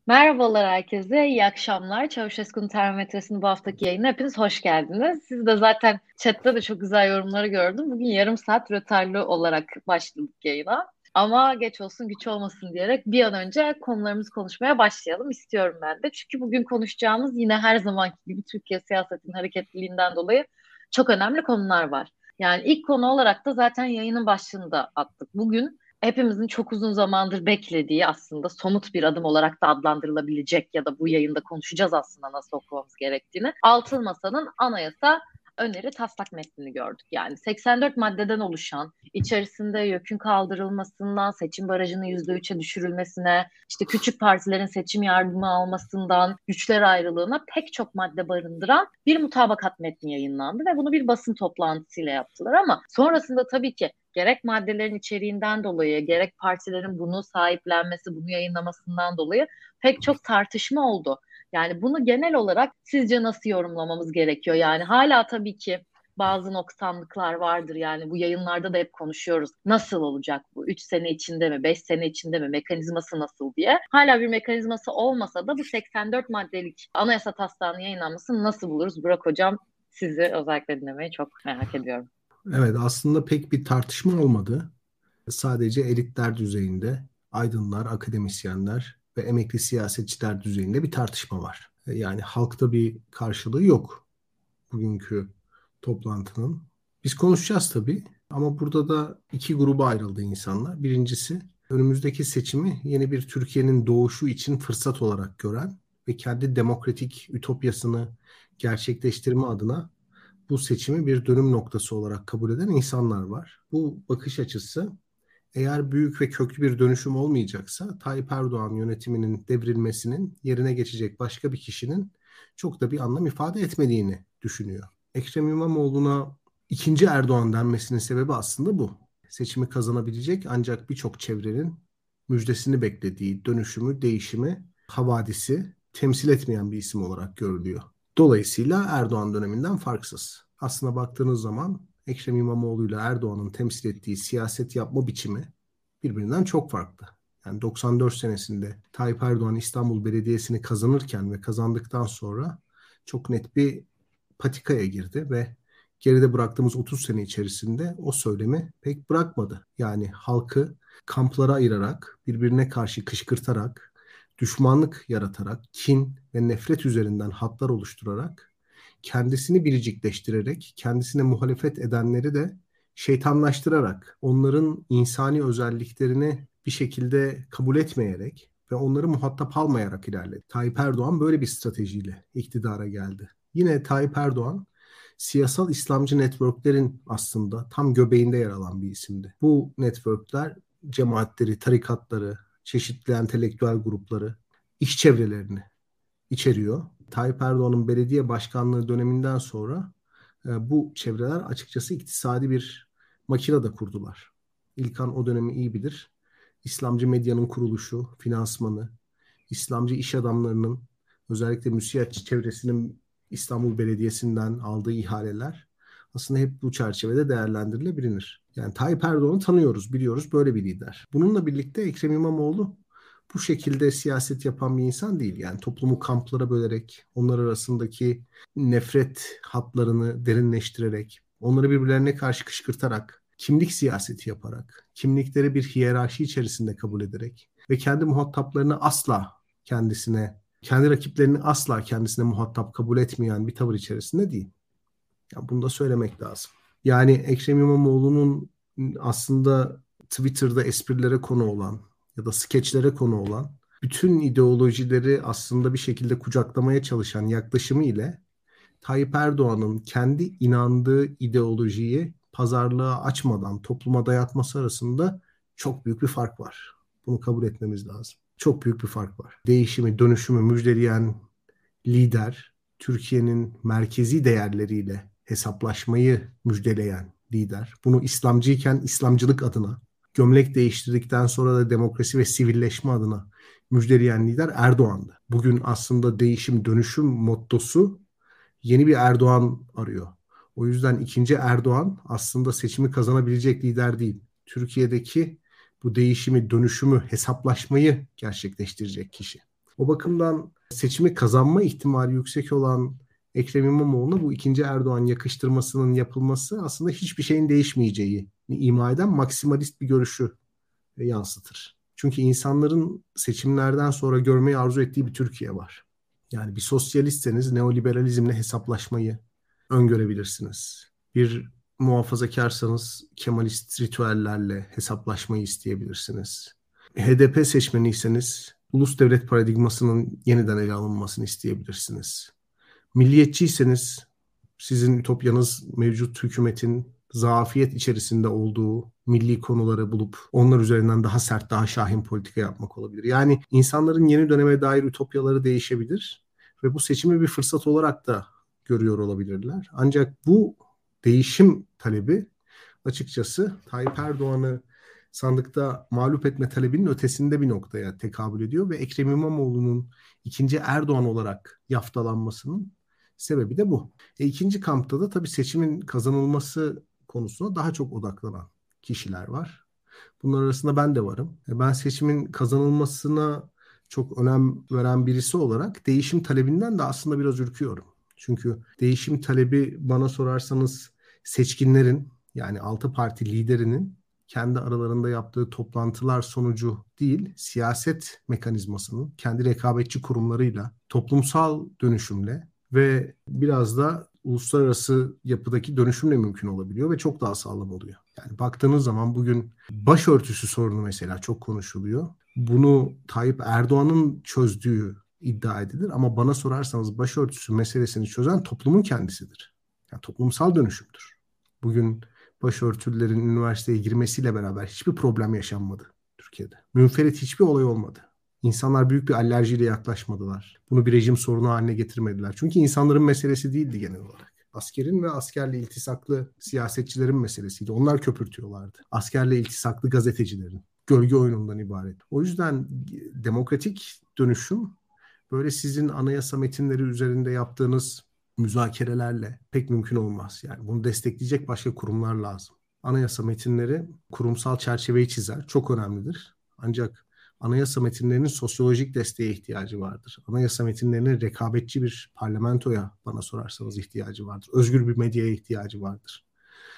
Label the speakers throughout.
Speaker 1: Merhabalar herkese, iyi akşamlar. Çavuşesku'nun termometresinin bu haftaki yayına hepiniz hoş geldiniz. Siz de zaten chatte de çok güzel yorumları gördüm. Bugün yarım saat rötarlı olarak başladık yayına. Ama geç olsun güç olmasın diyerek bir an önce konularımızı konuşmaya başlayalım istiyorum ben de. Çünkü bugün konuşacağımız yine her zamanki gibi Türkiye siyasetinin hareketliliğinden dolayı çok önemli konular var. Yani ilk konu olarak da zaten yayının başlığında attık. Bugün hepimizin çok uzun zamandır beklediği aslında somut bir adım olarak da adlandırılabilecek ya da bu yayında konuşacağız aslında nasıl okumamız gerektiğini. Altılı Masa'nın anayasa öneri taslak metnini gördük. Yani 84 maddeden oluşan, içerisinde YÖK'ün kaldırılmasından, seçim barajının %3'e düşürülmesine, işte küçük partilerin seçim yardımı almasından, güçler ayrılığına pek çok madde barındıran bir mutabakat metni yayınlandı ve bunu bir basın toplantısıyla yaptılar ama sonrasında tabii ki gerek maddelerin içeriğinden dolayı, gerek partilerin bunu sahiplenmesi, bunu yayınlamasından dolayı pek çok tartışma oldu. Yani bunu genel olarak sizce nasıl yorumlamamız gerekiyor? Yani hala tabii ki bazı noksanlıklar vardır. Yani bu yayınlarda da hep konuşuyoruz. Nasıl olacak bu? 3 sene içinde mi, 5 sene içinde mi, mekanizması nasıl diye. Hala bir mekanizması olmasa da bu 84 maddelik anayasa taslağının yayınlanmasını nasıl buluruz? Burak Hocam, sizi özellikle dinlemeyi çok merak ediyorum.
Speaker 2: Evet, aslında pek bir tartışma olmadı. Sadece elitler düzeyinde, aydınlar, akademisyenler ve emekli siyasetçiler düzeyinde bir tartışma var. Yani halkta bir karşılığı yok bugünkü toplantının. Biz konuşacağız tabii ama burada da iki gruba ayrıldı insanlar. Birincisi önümüzdeki seçimi yeni bir Türkiye'nin doğuşu için fırsat olarak gören ve kendi demokratik ütopyasını gerçekleştirme adına bu seçimi bir dönüm noktası olarak kabul eden insanlar var. Bu bakış açısı eğer büyük ve köklü bir dönüşüm olmayacaksa Tayyip Erdoğan yönetiminin devrilmesinin yerine geçecek başka bir kişinin çok da bir anlam ifade etmediğini düşünüyor. Ekrem İmamoğlu'na ikinci Erdoğan denmesinin sebebi aslında bu. Seçimi kazanabilecek ancak birçok çevrenin müjdesini beklediği dönüşümü, değişimi, havadisi temsil etmeyen bir isim olarak görülüyor. Dolayısıyla Erdoğan döneminden farksız. Aslına baktığınız zaman Ekrem İmamoğlu ile Erdoğan'ın temsil ettiği siyaset yapma biçimi birbirinden çok farklı. Yani 94 senesinde Tayyip Erdoğan İstanbul Belediyesi'ni kazanırken ve kazandıktan sonra çok net bir patikaya girdi ve geride bıraktığımız 30 sene içerisinde o söylemi pek bırakmadı. Yani halkı kamplara ayırarak, birbirine karşı kışkırtarak, düşmanlık yaratarak, kin ve nefret üzerinden hatlar oluşturarak, kendisini biricikleştirerek, kendisine muhalefet edenleri de şeytanlaştırarak, onların insani özelliklerini bir şekilde kabul etmeyerek ve onları muhatap almayarak ilerledi. Tayyip Erdoğan böyle bir stratejiyle iktidara geldi. Yine Tayyip Erdoğan siyasal İslamcı networklerin aslında tam göbeğinde yer alan bir isimdi. Bu networkler cemaatleri, tarikatları, çeşitli entelektüel grupları, iş çevrelerini içeriyor. Tayyip Erdoğan'ın belediye başkanlığı döneminden sonra bu çevreler açıkçası iktisadi bir makine de kurdular. İlkan o dönemi iyi bilir. İslamcı medyanın kuruluşu, finansmanı, İslamcı iş adamlarının özellikle müsiyat çevresinin İstanbul Belediyesi'nden aldığı ihaleler aslında hep bu çerçevede değerlendirilebilir. Yani Tayyip Erdoğan'ı tanıyoruz, biliyoruz böyle bir lider. Bununla birlikte Ekrem İmamoğlu bu şekilde siyaset yapan bir insan değil. Yani toplumu kamplara bölerek, onlar arasındaki nefret hatlarını derinleştirerek, onları birbirlerine karşı kışkırtarak, kimlik siyaseti yaparak, kimlikleri bir hiyerarşi içerisinde kabul ederek ve kendi muhataplarını asla kendisine, kendi rakiplerini asla kendisine muhatap kabul etmeyen bir tavır içerisinde değil. Ya bunu da söylemek lazım. Yani Ekrem İmamoğlu'nun aslında Twitter'da esprilere konu olan ya da skeçlere konu olan bütün ideolojileri aslında bir şekilde kucaklamaya çalışan yaklaşımı ile Tayyip Erdoğan'ın kendi inandığı ideolojiyi pazarlığa açmadan topluma dayatması arasında çok büyük bir fark var. Bunu kabul etmemiz lazım. Çok büyük bir fark var. Değişimi, dönüşümü müjdeleyen lider, Türkiye'nin merkezi değerleriyle hesaplaşmayı müjdeleyen lider. Bunu İslamcıyken İslamcılık adına, gömlek değiştirdikten sonra da demokrasi ve sivilleşme adına müjdeleyen lider Erdoğan'dı. Bugün aslında değişim dönüşüm mottosu yeni bir Erdoğan arıyor. O yüzden ikinci Erdoğan aslında seçimi kazanabilecek lider değil. Türkiye'deki bu değişimi, dönüşümü, hesaplaşmayı gerçekleştirecek kişi. O bakımdan seçimi kazanma ihtimali yüksek olan Ekrem İmamoğlu'na bu ikinci Erdoğan yakıştırmasının yapılması aslında hiçbir şeyin değişmeyeceği ima eden maksimalist bir görüşü yansıtır. Çünkü insanların seçimlerden sonra görmeyi arzu ettiği bir Türkiye var. Yani bir sosyalistseniz neoliberalizmle hesaplaşmayı öngörebilirsiniz. Bir muhafazakarsanız Kemalist ritüellerle hesaplaşmayı isteyebilirsiniz. HDP seçmeniyseniz ulus devlet paradigmasının yeniden ele alınmasını isteyebilirsiniz. Milliyetçiyseniz sizin ütopyanız mevcut hükümetin zafiyet içerisinde olduğu milli konuları bulup onlar üzerinden daha sert, daha şahin politika yapmak olabilir. Yani insanların yeni döneme dair ütopyaları değişebilir ve bu seçimi bir fırsat olarak da görüyor olabilirler. Ancak bu değişim talebi açıkçası Tayyip Erdoğan'ı sandıkta mağlup etme talebinin ötesinde bir noktaya tekabül ediyor ve Ekrem İmamoğlu'nun ikinci Erdoğan olarak yaftalanmasının sebebi de bu. İkinci kampta da tabii seçimin kazanılması konusuna daha çok odaklanan kişiler var. Bunlar arasında ben de varım. Ben seçimin kazanılmasına çok önem veren birisi olarak değişim talebinden de aslında biraz ürküyorum. Çünkü değişim talebi bana sorarsanız seçkinlerin yani altı parti liderinin kendi aralarında yaptığı toplantılar sonucu değil, siyaset mekanizmasının kendi rekabetçi kurumlarıyla, toplumsal dönüşümle ve biraz da uluslararası yapıdaki dönüşümle mümkün olabiliyor ve çok daha sağlam oluyor. Yani baktığınız zaman bugün başörtüsü sorunu mesela çok konuşuluyor. Bunu Tayyip Erdoğan'ın çözdüğü iddia edilir ama bana sorarsanız başörtüsü meselesini çözen toplumun kendisidir. Yani toplumsal dönüşümdür. Bugün başörtülerin üniversiteye girmesiyle beraber hiçbir problem yaşanmadı Türkiye'de. Münferit hiçbir olay olmadı. İnsanlar büyük bir alerjiyle yaklaşmadılar. Bunu bir rejim sorunu haline getirmediler. Çünkü insanların meselesi değildi genel olarak. Askerin ve askerle iltisaklı siyasetçilerin meselesiydi. Onlar köpürtüyorlardı. Askerle iltisaklı gazetecilerin. Gölge oyunundan ibaret. O yüzden demokratik dönüşüm böyle sizin anayasa metinleri üzerinde yaptığınız müzakerelerle pek mümkün olmaz. Yani bunu destekleyecek başka kurumlar lazım. Anayasa metinleri kurumsal çerçeveyi çizer. Çok önemlidir. Ancak anayasa metinlerinin sosyolojik desteğe ihtiyacı vardır. Anayasa metinlerinin rekabetçi bir parlamentoya bana sorarsanız ihtiyacı vardır. Özgür bir medyaya ihtiyacı vardır.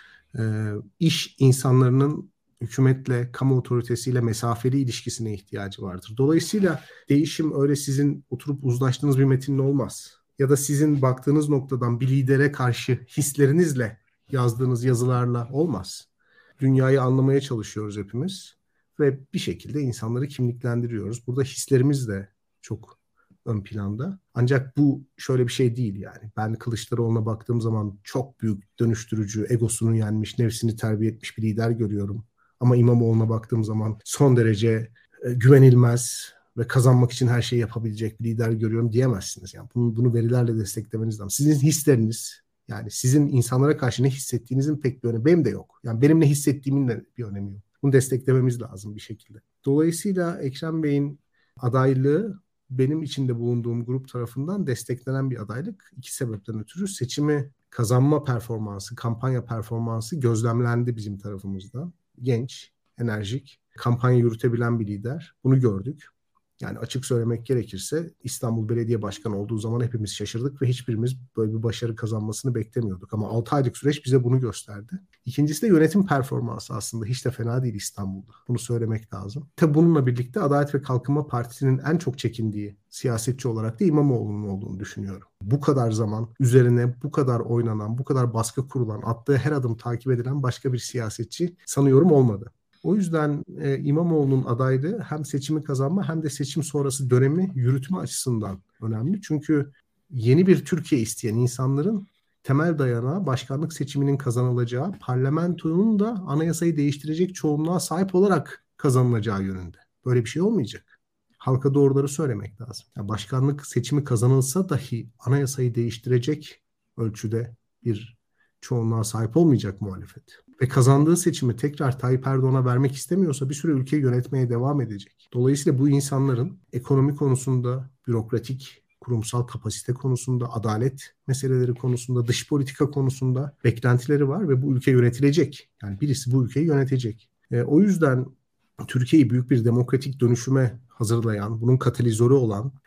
Speaker 2: İş insanlarının hükümetle, kamu otoritesiyle mesafeli ilişkisine ihtiyacı vardır. Dolayısıyla değişim öyle sizin oturup uzlaştığınız bir metinle olmaz. Ya da sizin baktığınız noktadan bir lidere karşı hislerinizle yazdığınız yazılarla olmaz. Dünyayı anlamaya çalışıyoruz hepimiz ve bir şekilde insanları kimliklendiriyoruz. Burada hislerimiz de çok ön planda. Ancak bu şöyle bir şey değil yani. Ben Kılıçdaroğlu'na baktığım zaman çok büyük dönüştürücü, egosunu yenmiş, nefsini terbiye etmiş bir lider görüyorum. Ama İmamoğlu'na baktığım zaman son derece güvenilmez ve kazanmak için her şeyi yapabilecek bir lider görüyorum diyemezsiniz. Yani bunu verilerle desteklemeniz lazım. Sizin hisleriniz, yani sizin insanlara karşı ne hissettiğinizin pek bir önemi benim de yok. Yani benim ne hissettiğimin de bir önemi yok. Bunu desteklememiz lazım bir şekilde. Dolayısıyla Ekrem Bey'in adaylığı benim içinde bulunduğum grup tarafından desteklenen bir adaylık. İki sebepten ötürü seçimi kazanma performansı, kampanya performansı gözlemlendi bizim tarafımızda. Genç, enerjik, kampanya yürütebilen bir lider. Bunu gördük. Yani açık söylemek gerekirse İstanbul Belediye Başkanı olduğu zaman hepimiz şaşırdık ve hiçbirimiz böyle bir başarı kazanmasını beklemiyorduk. Ama 6 aylık süreç bize bunu gösterdi. İkincisi de yönetim performansı aslında hiç de fena değil İstanbul'da. Bunu söylemek lazım. Tabi bununla birlikte Adalet ve Kalkınma Partisi'nin en çok çekindiği siyasetçi olarak da İmamoğlu'nun olduğunu düşünüyorum. Bu kadar zaman üzerine bu kadar oynanan, bu kadar baskı kurulan, attığı her adım takip edilen başka bir siyasetçi sanıyorum olmadı. O yüzden İmamoğlu'nun adaylığı hem seçimi kazanma hem de seçim sonrası dönemi yürütme açısından önemli. Çünkü yeni bir Türkiye isteyen insanların temel dayanağı başkanlık seçiminin kazanılacağı, parlamentonun da anayasayı değiştirecek çoğunluğa sahip olarak kazanılacağı yönünde. Böyle bir şey olmayacak. Halka doğruları söylemek lazım. Yani başkanlık seçimi kazanılsa dahi anayasayı değiştirecek ölçüde bir çoğunluğa sahip olmayacak muhalefet. Ve kazandığı seçimi tekrar Tayyip Erdoğan'a vermek istemiyorsa bir süre ülkeyi yönetmeye devam edecek. Dolayısıyla bu insanların ekonomi konusunda, bürokratik, kurumsal kapasite konusunda, adalet meseleleri konusunda, dış politika konusunda beklentileri var ve bu ülke yönetilecek. Yani birisi bu ülkeyi yönetecek. O yüzden Türkiye'yi büyük bir demokratik dönüşüme hazırlayan, bunun katalizörü olan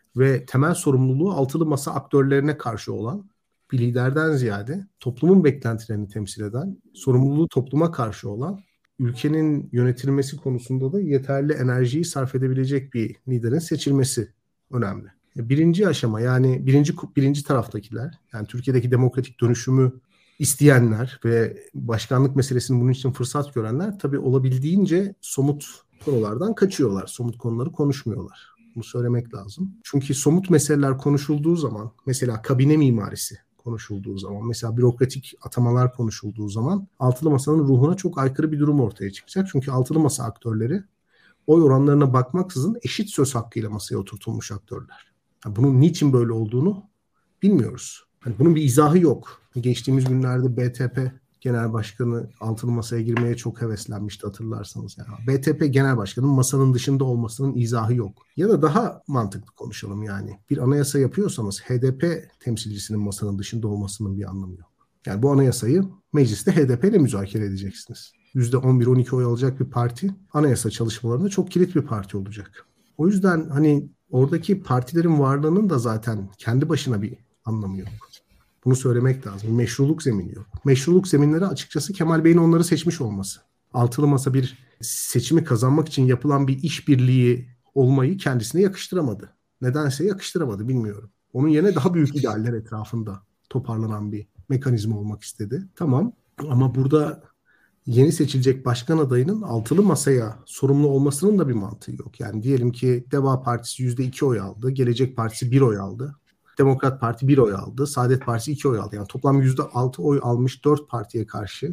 Speaker 2: ve temel sorumluluğu altılı masa aktörlerine karşı olan, bir liderden ziyade toplumun beklentilerini temsil eden, sorumluluğu topluma karşı olan, ülkenin yönetilmesi konusunda da yeterli enerjiyi sarf edebilecek bir liderin seçilmesi önemli. Birinci aşama, yani birinci taraftakiler, yani Türkiye'deki demokratik dönüşümü isteyenler ve başkanlık meselesini bunun için fırsat görenler tabii olabildiğince somut konulardan kaçıyorlar. Somut konuları konuşmuyorlar. Bunu söylemek lazım. Çünkü somut meseleler konuşulduğu zaman, mesela kabine mimarisi konuşulduğu zaman, mesela bürokratik atamalar konuşulduğu zaman altılı masanın ruhuna çok aykırı bir durum ortaya çıkacak. Çünkü altılı masa aktörleri oy oranlarına bakmaksızın eşit söz hakkıyla masaya oturtulmuş aktörler. Yani bunun niçin böyle olduğunu bilmiyoruz. Hani bunun bir izahı yok. Geçtiğimiz günlerde BTP Genel Başkanı altılı masaya girmeye çok heveslenmişti, hatırlarsanız. Yani BTP Genel Başkanı'nın masanın dışında olmasının izahı yok. Ya da daha mantıklı konuşalım yani. Bir anayasa yapıyorsanız HDP temsilcisinin masanın dışında olmasının bir anlamı yok. Yani bu anayasayı mecliste HDP ile müzakere edeceksiniz. %11-12 oy alacak bir parti anayasa çalışmalarında çok kilit bir parti olacak. O yüzden hani oradaki partilerin varlığının da zaten kendi başına bir anlamı yok. Bunu söylemek lazım. Meşruluk zemini yok. Meşruluk zeminleri açıkçası Kemal Bey'in onları seçmiş olması. Altılı masa bir seçimi kazanmak için yapılan bir işbirliği olmayı kendisine yakıştıramadı. Nedense yakıştıramadı, bilmiyorum. Onun yerine daha büyük idealler etrafında toparlanan bir mekanizma olmak istedi. Tamam, ama burada yeni seçilecek başkan adayının altılı masaya sorumlu olmasının da bir mantığı yok. Yani diyelim ki Deva Partisi %2 oy aldı, Gelecek Partisi 1 oy aldı. Demokrat Parti 1 oy aldı. Saadet Partisi 2 oy aldı. Yani toplam %6 oy almış 4 partiye karşı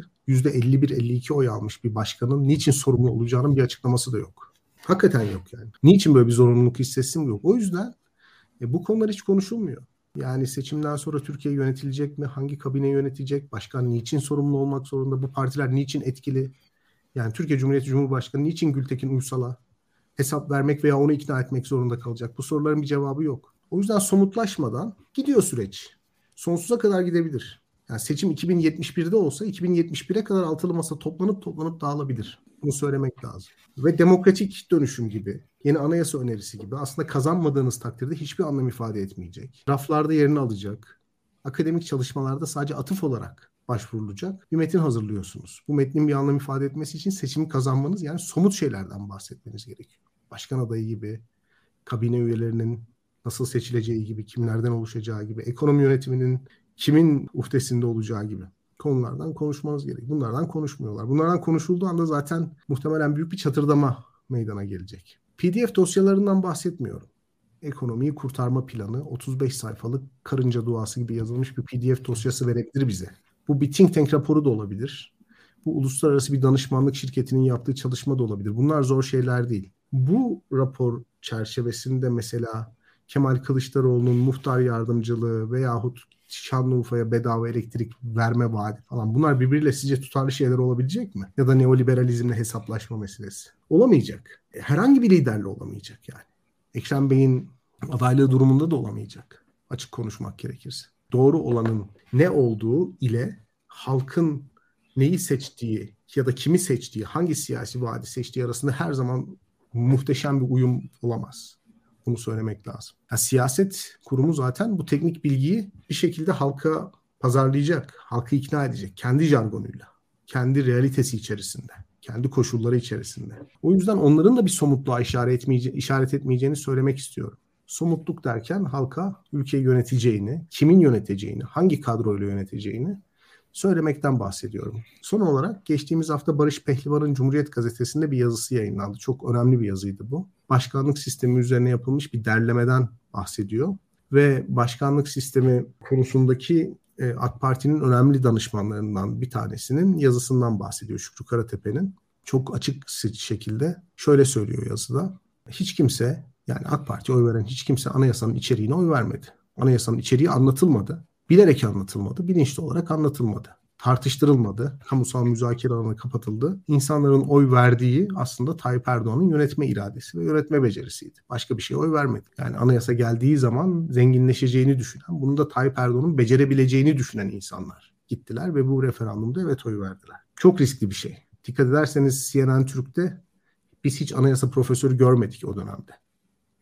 Speaker 2: %51-52 oy almış bir başkanın niçin sorumlu olacağının bir açıklaması da yok. Hakikaten yok yani. Niçin böyle bir zorunluluk hissetsin yok. O yüzden bu konular hiç konuşulmuyor. Yani seçimden sonra Türkiye yönetilecek mi? Hangi kabine yönetecek? Başkan niçin sorumlu olmak zorunda? Bu partiler niçin etkili? Yani Türkiye Cumhuriyeti Cumhurbaşkanı niçin Gültekin Uysal'a hesap vermek veya onu ikna etmek zorunda kalacak? Bu soruların bir cevabı yok. O yüzden somutlaşmadan gidiyor süreç. Sonsuza kadar gidebilir. Yani seçim 2071'de olsa 2071'e kadar altılı masa toplanıp dağılabilir. Bunu söylemek lazım. Ve demokratik dönüşüm gibi, yeni anayasa önerisi gibi aslında kazanmadığınız takdirde hiçbir anlam ifade etmeyecek. Raflarda yerini alacak. Akademik çalışmalarda sadece atıf olarak başvurulacak bir metin hazırlıyorsunuz. Bu metnin bir anlam ifade etmesi için seçimi kazanmanız, yani somut şeylerden bahsetmeniz gerekiyor. Başkan adayı gibi, kabine üyelerinin nasıl seçileceği gibi, kimlerden oluşacağı gibi, ekonomi yönetiminin kimin uhdesinde olacağı gibi konulardan konuşmanız gerekiyor. Bunlardan konuşmuyorlar. Bunlardan konuşulduğu anda zaten muhtemelen büyük bir çatırdama meydana gelecek. PDF dosyalarından bahsetmiyorum. Ekonomiyi kurtarma planı 35 sayfalık karınca duası gibi yazılmış bir PDF dosyası verebilir bize. Bu bir think tank raporu da olabilir. Bu uluslararası bir danışmanlık şirketinin yaptığı çalışma da olabilir. Bunlar zor şeyler değil. Bu rapor çerçevesinde mesela Kemal Kılıçdaroğlu'nun muhtar yardımcılığı veyahut Şanlıurfa'ya bedava elektrik verme vaadi falan, bunlar birbiriyle sizce tutarlı şeyler olabilecek mi? Ya da neoliberalizmle hesaplaşma meselesi. Olamayacak. Herhangi bir liderle olamayacak yani. Ekrem Bey'in adaylığı durumunda da olamayacak. Açık konuşmak gerekirse. Doğru olanın ne olduğu ile halkın neyi seçtiği ya da kimi seçtiği, hangi siyasi vaadi seçtiği arasında her zaman muhteşem bir uyum olamaz. Bunu söylemek lazım. Ya, siyaset kurumu zaten bu teknik bilgiyi bir şekilde halka pazarlayacak, halkı ikna edecek kendi jargonuyla, kendi realitesi içerisinde, kendi koşulları içerisinde. O yüzden onların da bir somutluğa işaret etmeyeceğini söylemek istiyorum. Somutluk derken halka ülkeyi yöneteceğini, kimin yöneteceğini, hangi kadroyla yöneteceğini söylemekten bahsediyorum. Son olarak geçtiğimiz hafta Barış Pehlivan'ın Cumhuriyet Gazetesi'nde bir yazısı yayınlandı. Çok önemli bir yazıydı bu. Başkanlık sistemi üzerine yapılmış bir derlemeden bahsediyor. Ve başkanlık sistemi konusundaki AK Parti'nin önemli danışmanlarından bir tanesinin yazısından bahsediyor, Şükrü Karatepe'nin. Çok açık şekilde şöyle söylüyor yazıda. Hiç kimse, yani AK Parti'ye oy veren hiç kimse anayasanın içeriğine oy vermedi. Anayasanın içeriği anlatılmadı. Bilerek anlatılmadı, bilinçli olarak anlatılmadı. Tartıştırılmadı, kamusal müzakere alanı kapatıldı. İnsanların oy verdiği aslında Tayyip Erdoğan'ın yönetme iradesi ve yönetme becerisiydi. Başka bir şeye oy vermedi. Yani anayasa geldiği zaman zenginleşeceğini düşünen, bunu da Tayyip Erdoğan'ın becerebileceğini düşünen insanlar gittiler ve bu referandumda evet oy verdiler. Çok riskli bir şey. Dikkat ederseniz CNN Türk'te biz hiç anayasa profesörü görmedik o dönemde.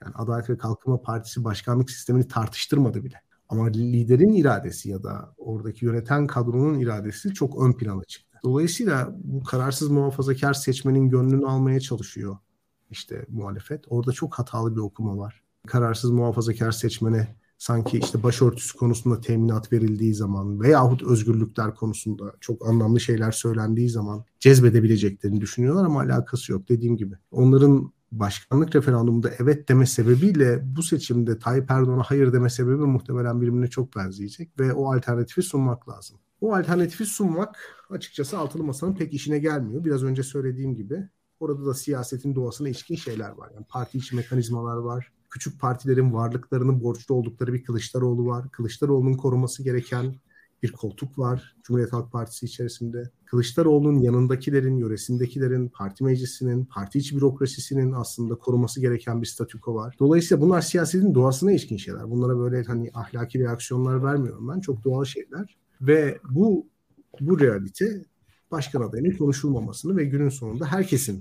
Speaker 2: Yani Adalet ve Kalkınma Partisi başkanlık sistemini tartıştırmadı bile. Ama liderin iradesi ya da oradaki yöneten kadronun iradesi çok ön plana çıktı. Dolayısıyla bu kararsız muhafazakar seçmenin gönlünü almaya çalışıyor işte muhalefet. Orada çok hatalı bir okuma var. Kararsız muhafazakar seçmene sanki işte başörtüsü konusunda teminat verildiği zaman veyahut özgürlükler konusunda çok anlamlı şeyler söylendiği zaman cezbedebileceklerini düşünüyorlar ama alakası yok. Dediğim gibi onların başkanlık referandumunda evet deme sebebiyle bu seçimde Tayyip Erdoğan'a hayır deme sebebi muhtemelen birbirine çok benzeyecek ve o alternatifi sunmak lazım. O alternatifi sunmak açıkçası altılı masanın pek işine gelmiyor. Biraz önce söylediğim gibi orada da siyasetin doğasına ilişkin şeyler var. Yani parti içi mekanizmalar var. Küçük partilerin varlıklarının borçlu oldukları bir Kılıçdaroğlu var. Kılıçdaroğlu'nun koruması gereken bir koltuk var Cumhuriyet Halk Partisi içerisinde. Kılıçdaroğlu'nun yanındakilerin, yöresindekilerin, parti meclisinin, parti içi bürokrasisinin aslında koruması gereken bir statüko var. Dolayısıyla bunlar siyasetin doğasına ilişkin şeyler. Bunlara böyle hani ahlaki reaksiyonlar vermiyorum ben. Çok doğal şeyler. Ve bu realite başkan adayının konuşulmamasını ve günün sonunda herkesin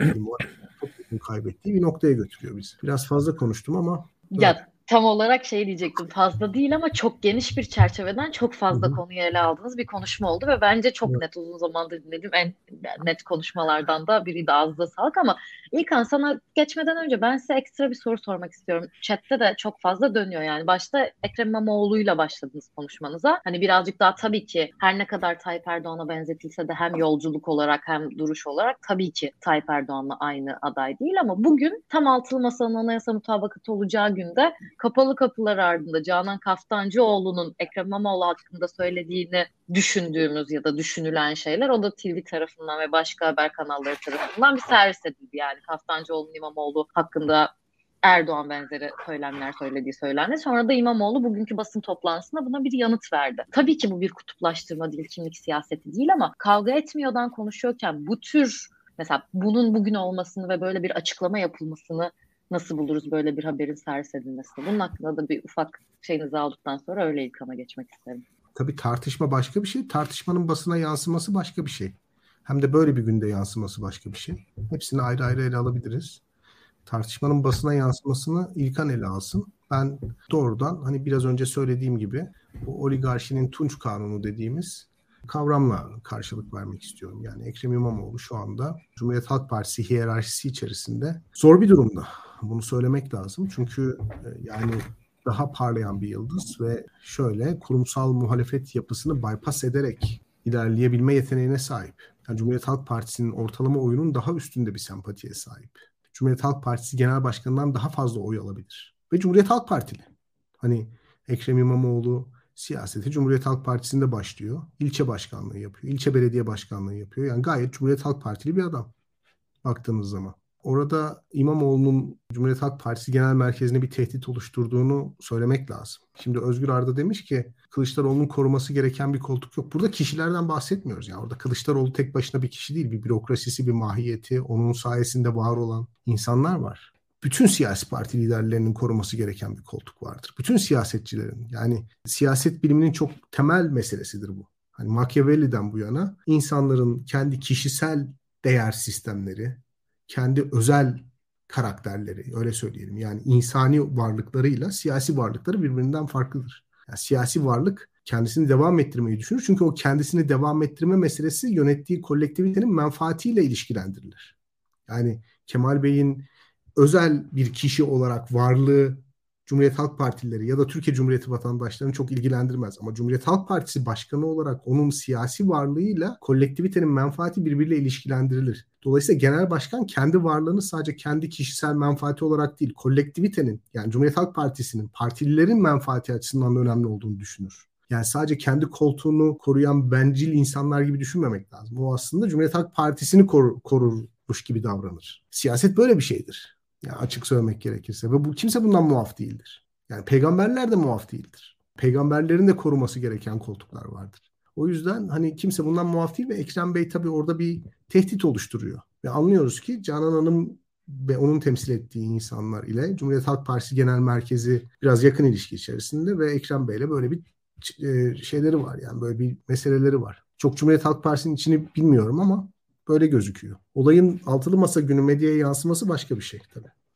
Speaker 2: kaybettiği bir noktaya götürüyor bizi. Biraz fazla konuştum ama
Speaker 1: Ya tam olarak şey diyecektim, fazla değil ama çok geniş bir çerçeveden çok fazla konuyu ele aldığınız bir konuşma oldu ve bence çok net, uzun zamandır dinlediğim en net konuşmalardan da biriydi. Ağzınıza sağlık. Ama İlkan, sana geçmeden önce ben size ekstra bir soru sormak istiyorum. Chat'te de çok fazla dönüyor yani. Başta Ekrem İmamoğlu'yla başladınız konuşmanıza. Hani birazcık daha, tabii ki her ne kadar Tayyip Erdoğan'a benzetilse de hem yolculuk olarak hem duruş olarak tabii ki Tayyip Erdoğan'la aynı aday değil, ama bugün tam altılı masanın anayasa mutabakatı olacağı günde kapalı kapılar ardında Canan Kaftancıoğlu'nun Ekrem İmamoğlu hakkında söylediğini düşündüğümüz ya da düşünülen şeyler, o da TV tarafından ve başka haber kanalları tarafından bir servis edildi. Yani Kaftancıoğlu'nun İmamoğlu hakkında Erdoğan benzeri söylemler söylediği söylendi. Sonra da İmamoğlu bugünkü basın toplantısında buna bir yanıt verdi. Tabii ki bu bir kutuplaştırma değil, kimlik siyaseti değil, ama kavga etmiyordan konuşuyorken bu tür, mesela bunun bugün olmasını ve böyle bir açıklama yapılmasını nasıl buluruz, böyle bir haberin servis edilmesini? Bunun hakkında da bir ufak şeyinizi aldıktan sonra öyle İlkan'a geçmek isterim.
Speaker 2: Tabii tartışma başka bir şey. Tartışmanın basına yansıması başka bir şey. Hem de böyle bir günde yansıması başka bir şey. Hepsini ayrı ayrı ele alabiliriz. Tartışmanın basına yansımasını İlkan ele alsın. Ben doğrudan hani biraz önce söylediğim gibi bu oligarşinin Tunç Kanunu dediğimiz kavramla karşılık vermek istiyorum. Yani Ekrem İmamoğlu şu anda Cumhuriyet Halk Partisi hiyerarşisi içerisinde zor bir durumda. Bunu söylemek lazım. Çünkü yani daha parlayan bir yıldız ve şöyle kurumsal muhalefet yapısını bypass ederek ilerleyebilme yeteneğine sahip. Yani Cumhuriyet Halk Partisi'nin ortalama oyunun daha üstünde bir sempatiye sahip. Cumhuriyet Halk Partisi Genel Başkanı'ndan daha fazla oy alabilir. Ve Cumhuriyet Halk Partili. Hani Ekrem İmamoğlu siyaseti Cumhuriyet Halk Partisi'nde başlıyor. İlçe başkanlığı yapıyor. İlçe belediye başkanlığı yapıyor. Yani gayet Cumhuriyet Halk Partili bir adam baktığınız zaman. Orada İmamoğlu'nun Cumhuriyet Halk Partisi Genel Merkezi'ne bir tehdit oluşturduğunu söylemek lazım. Şimdi Özgür Arda demiş ki Kılıçdaroğlu'nun koruması gereken bir koltuk yok. Burada kişilerden bahsetmiyoruz. Yani orada Kılıçdaroğlu tek başına bir kişi değil. Bir bürokrasisi, bir mahiyeti, onun sayesinde var olan insanlar var. Bütün siyasi parti liderlerinin koruması gereken bir koltuk vardır. Bütün siyasetçilerin, yani siyaset biliminin çok temel meselesidir bu. Hani Machiavelli'den bu yana insanların kendi kişisel değer sistemleri, kendi özel karakterleri, öyle söyleyelim. Yani insani varlıklarıyla siyasi varlıkları birbirinden farklıdır. Yani siyasi varlık kendisini devam ettirmeyi düşünür. Çünkü o kendisini devam ettirme meselesi yönettiği kolektivitenin menfaatiyle ilişkilendirilir. Yani Kemal Bey'in özel bir kişi olarak varlığı Cumhuriyet Halk Partilileri ya da Türkiye Cumhuriyeti vatandaşlarını çok ilgilendirmez. Ama Cumhuriyet Halk Partisi başkanı olarak onun siyasi varlığıyla kolektivitenin menfaati birbiriyle ilişkilendirilir. Dolayısıyla genel başkan kendi varlığını sadece kendi kişisel menfaati olarak değil, kolektivitenin, yani Cumhuriyet Halk Partisi'nin, partililerin menfaati açısından da önemli olduğunu düşünür. Yani sadece kendi koltuğunu koruyan bencil insanlar gibi düşünmemek lazım. O aslında Cumhuriyet Halk Partisi'ni korurmuş gibi davranır. Siyaset böyle bir şeydir. Yani açık söylemek gerekirse. Ve kimse bundan muaf değildir. Yani peygamberler de muaf değildir. Peygamberlerin de koruması gereken koltuklar vardır. O yüzden hani kimse bundan muaf değil ve Ekrem Bey tabii orada bir tehdit oluşturuyor. Ve anlıyoruz ki Canan Hanım ve onun temsil ettiği insanlar ile Cumhuriyet Halk Partisi Genel Merkezi biraz yakın ilişki içerisinde ve Ekrem Bey'le böyle bir şeyleri var, yani böyle bir meseleleri var. Çok Cumhuriyet Halk Partisi'nin içini bilmiyorum ama böyle gözüküyor. Olayın altılı masa günü medyaya yansıması başka bir şey tabii.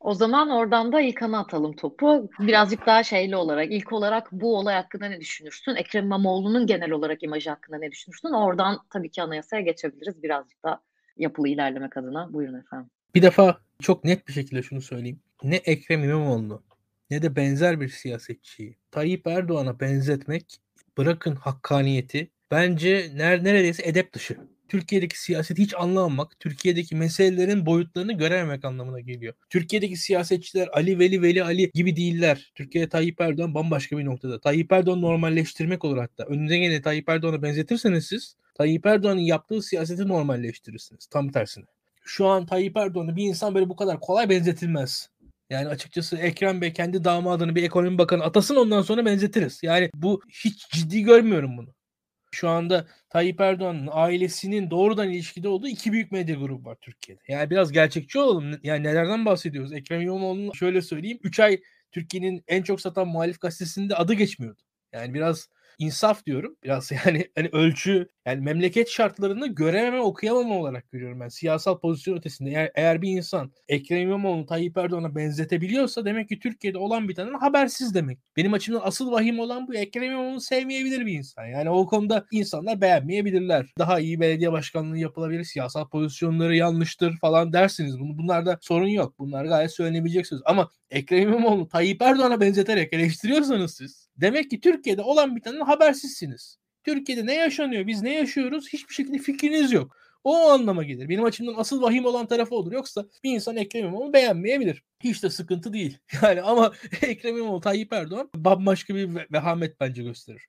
Speaker 1: O zaman oradan da İlkan'a atalım topu. Birazcık daha şeyli olarak, ilk olarak bu olay hakkında ne düşünürsün? Ekrem İmamoğlu'nun genel olarak imajı hakkında ne düşünürsün? Oradan tabii ki anayasaya geçebiliriz birazcık da yapılı ilerlemek adına. Buyurun efendim.
Speaker 3: Bir defa çok net bir şekilde şunu söyleyeyim. Ne Ekrem İmamoğlu ne de benzer bir siyasetçiyi Tayyip Erdoğan'a benzetmek, bırakın hakkaniyeti, bence neredeyse edep dışı. Türkiye'deki siyaseti hiç anlamamak, Türkiye'deki meselelerin boyutlarını görememek anlamına geliyor. Türkiye'deki siyasetçiler Ali Veli Veli Ali gibi değiller. Türkiye'de Tayyip Erdoğan bambaşka bir noktada. Tayyip Erdoğan normalleştirmek olur hatta. Önünüze gene Tayyip Erdoğan'a benzetirseniz siz, Tayyip Erdoğan'ın yaptığı siyaseti normalleştirirsiniz. Tam tersine. Şu an Tayyip Erdoğan'a bir insan böyle bu kadar kolay benzetilmez. Yani açıkçası Ekrem Bey kendi damadını bir ekonomi bakanı atasın, ondan sonra benzetiriz. Yani bu, hiç ciddi görmüyorum bunu. Şu anda Tayyip Erdoğan'ın ailesinin doğrudan ilişkide olduğu iki büyük medya grubu var Türkiye'de. Yani biraz gerçekçi olalım. Yani nelerden bahsediyoruz? Ekrem İmamoğlu'nun şöyle söyleyeyim. 3 ay Türkiye'nin en çok satan muhalif gazetesinde adı geçmiyordu. Yani biraz insaf diyorum. Biraz yani hani ölçü, yani memleket şartlarını görememe, okuyamama olarak görüyorum ben. Siyasal pozisyon ötesinde. Eğer bir insan Ekrem İmamoğlu'nu Tayyip Erdoğan'a benzetebiliyorsa demek ki Türkiye'de olan bir tane habersiz demek. Benim açımdan asıl vahim olan bu. Ekrem İmamoğlu'nu sevmeyebilir bir insan. Yani o konuda insanlar beğenmeyebilirler. Daha iyi belediye başkanlığı yapılabilir. Siyasal pozisyonları yanlıştır falan dersiniz. Bunlarda sorun yok. Bunlar gayet söylenebileceksiniz. Ama Ekrem İmamoğlu'nu Tayyip Erdoğan'a benzeterek eleştiriyorsanız siz, demek ki Türkiye'de olan bir tane habersizsiniz. Türkiye'de ne yaşanıyor, biz ne yaşıyoruz, hiçbir şekilde fikriniz yok. O anlama gelir. Benim açımdan asıl vahim olan tarafı olur. Yoksa bir insan Ekrem İmamoğlu'nu beğenmeyebilir. Hiç de sıkıntı değil. Yani ama Ekrem İmamoğlu, Tayyip Erdoğan bambaşka bir vehamet bence gösterir.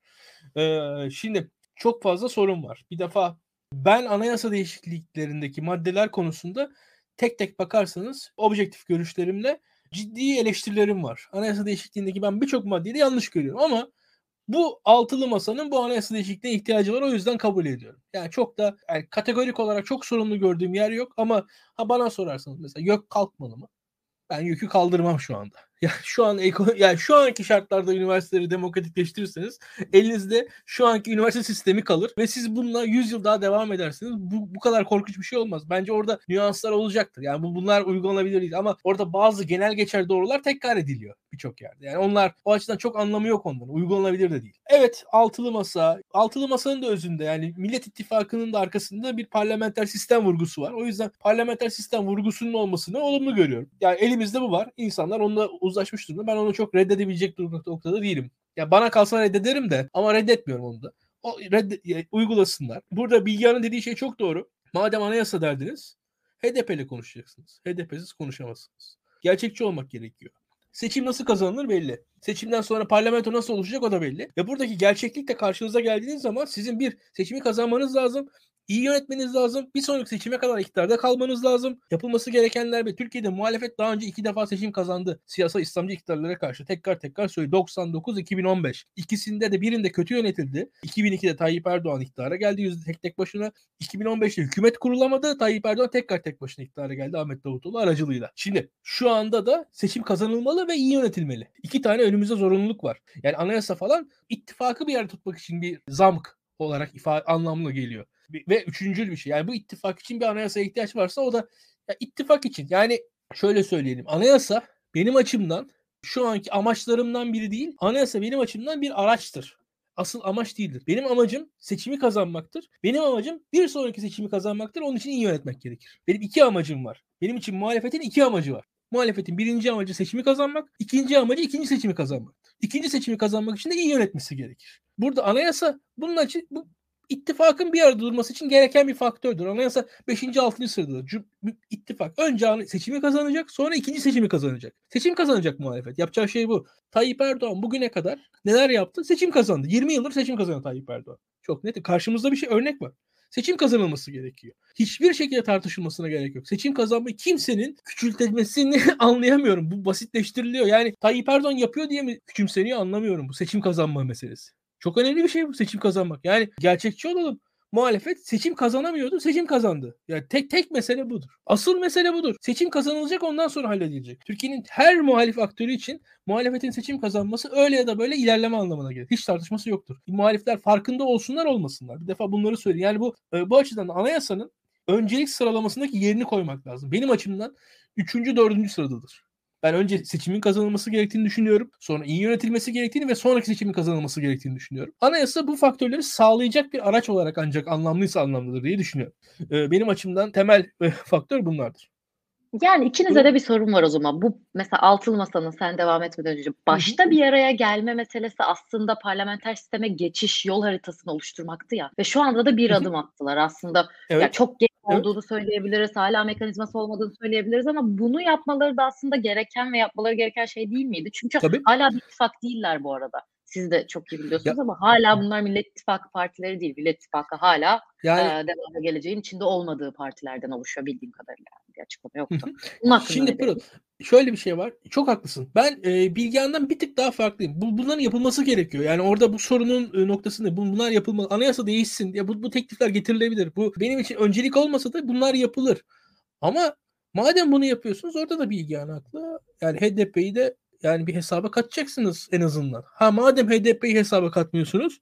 Speaker 3: Şimdi çok fazla sorun var. Bir defa ben anayasa değişikliklerindeki maddeler konusunda tek tek bakarsanız objektif görüşlerimle ciddi eleştirilerim var. Anayasa değişikliğindeki ben birçok maddeyi de yanlış görüyorum ama bu altılı masanın bu anayasa değişikliğine ihtiyacı var. O yüzden kabul ediyorum. Yani çok da yani kategorik olarak çok sorunlu gördüğüm yer yok ama bana sorarsanız mesela YÖK kalkmalı mı? Ben yükü kaldırmam şu anda. Ya şu an yani şu anki şartlarda üniversiteleri demokratikleştirirseniz elinizde şu anki üniversite sistemi kalır ve siz bununla 100 yıl daha devam edersiniz. Bu kadar korkunç bir şey olmaz. Bence orada nüanslar olacaktır. Yani bunlar uygulanabilir değil ama orada bazı genel geçer doğrular tekrar ediliyor birçok yerde. Yani onlar, o açıdan çok anlamı yok onların. Uygulanabilir de değil. Evet, altılı masa. Altılı masanın da özünde, yani Millet İttifakı'nın da arkasında bir parlamenter sistem vurgusu var. O yüzden parlamenter sistem vurgusunun olmasını olumlu görüyorum. Yani elimizde bu var. İnsanlar onunla uzlaşmış durumda. Ben onu çok reddedebilecek noktada değilim. Ya bana kalsa reddederim de ama reddetmiyorum onu da. Uygulasınlar. Burada Bilgehan'ın dediği şey çok doğru. Madem anayasa derdiniz, HDP'li konuşacaksınız. HDP'siz konuşamazsınız. Gerçekçi olmak gerekiyor. Seçim nasıl kazanılır belli. Seçimden sonra parlamento nasıl oluşacak o da belli. Ve buradaki gerçeklik de karşınıza geldiğiniz zaman sizin bir seçimi kazanmanız lazım. İyi yönetmeniz lazım. Bir sonraki seçime kadar iktidarda kalmanız lazım. Yapılması gerekenler ve Türkiye'de muhalefet daha önce 2 defa seçim kazandı. Siyasal İslamcı iktidarlara karşı tekrar söylüyor. 99-2015. İkisinde de, birinde kötü yönetildi. 2002'de Tayyip Erdoğan iktidara geldi tek başına. 2015'te hükümet kurulamadı. Tayyip Erdoğan tek başına iktidara geldi Ahmet Davutoğlu aracılığıyla. Şimdi şu anda da seçim kazanılmalı ve iyi yönetilmeli. 2 tane önümüzde zorunluluk var. Yani anayasa falan ittifakı bir yerde tutmak için bir zamk olarak anlamlı geliyor. Ve üçüncül bir şey. Yani bu ittifak için bir anayasaya ihtiyaç varsa o da ya ittifak için. Yani şöyle söyleyelim. Anayasa benim açımdan şu anki amaçlarımdan biri değil. Anayasa benim açımdan bir araçtır. Asıl amaç değildir. Benim amacım seçimi kazanmaktır. Benim amacım bir sonraki seçimi kazanmaktır. Onun için iyi yönetmek gerekir. Benim 2 amacım var. Benim için muhalefetin 2 amacı var. Muhalefetin birinci amacı seçimi kazanmak, ikinci amacı ikinci seçimi kazanmak. İkinci seçimi kazanmak için de iyi yönetmesi gerekir. Burada anayasa bunun için, bu ittifakın bir arada durması için gereken bir faktördür. Anayasa 5. 6. sıradadır. İttifak önce seçimi kazanacak, sonra ikinci seçimi kazanacak. Seçim kazanacak muhalefet. Yapacağı şey bu. Tayyip Erdoğan bugüne kadar neler yaptı? Seçim kazandı. 20 yıldır seçim kazandı Tayyip Erdoğan. Çok net. Karşımızda bir örnek var. Seçim kazanılması gerekiyor. Hiçbir şekilde tartışılmasına gerek yok. Seçim kazanmayı kimsenin küçültmesini anlayamıyorum. Bu basitleştiriliyor. Yani Tayyip Erdoğan yapıyor diye mi küçümseniyor, anlamıyorum bu seçim kazanma meselesi. Çok önemli bir şey bu, seçim kazanmak. Yani gerçekçi olalım. Muhalefet seçim kazanamıyordu, seçim kazandı. Yani tek mesele budur. Asıl mesele budur. Seçim kazanılacak, ondan sonra halledilecek. Türkiye'nin her muhalif aktörü için muhalefetin seçim kazanması öyle ya da böyle ilerleme anlamına gelir. Hiç tartışması yoktur. Muhalifler farkında olsunlar olmasınlar. Bir defa bunları söyleyeyim. Yani bu açıdan anayasanın öncelik sıralamasındaki yerini koymak lazım. Benim açımdan 3. 4. sıradadır. Ben önce seçimin kazanılması gerektiğini düşünüyorum. Sonra iyi yönetilmesi gerektiğini ve sonraki seçimin kazanılması gerektiğini düşünüyorum. Anayasa bu faktörleri sağlayacak bir araç olarak ancak anlamlıysa anlamlıdır diye düşünüyorum. Benim açımdan temel faktör bunlardır.
Speaker 1: Yani ikinize de bir sorum var o zaman. Bu mesela altılı masanın, sen devam etmeden önce başta bir araya gelme meselesi aslında parlamenter sisteme geçiş yol haritasını oluşturmaktı ya. Ve şu anda da bir adım attılar aslında.
Speaker 3: Evet.
Speaker 1: Ya çok geç
Speaker 3: Evet.
Speaker 1: olduğunu söyleyebiliriz. Hala mekanizması olmadığını söyleyebiliriz ama bunu yapmaları da aslında gereken ve yapmaları gereken şey değil miydi? Çünkü
Speaker 3: Tabii.
Speaker 1: hala bir ittifak değiller bu arada. Siz de çok iyi biliyorsunuz ama hala bunlar Millet İttifakı partileri değil. Millet İttifakı hala devamlı geleceğin içinde olmadığı partilerden oluşuyor bildiğim kadarıyla. Bir açıklama yoktu.
Speaker 3: Şimdi Pırıl, şöyle bir şey var. Çok haklısın. Ben Bilgehan'dan bir tık daha farklıyım. Bunların yapılması gerekiyor. Yani orada bu sorunun noktası ne? Bunlar yapılmalı. Anayasa değişsin. Ya bu teklifler getirilebilir. Bu benim için öncelik olmasa da bunlar yapılır. Ama madem bunu yapıyorsunuz orada da Bilgehan haklı. Yani HDP'yi de yani bir hesaba katacaksınız en azından. Madem HDP'yi hesaba katmıyorsunuz,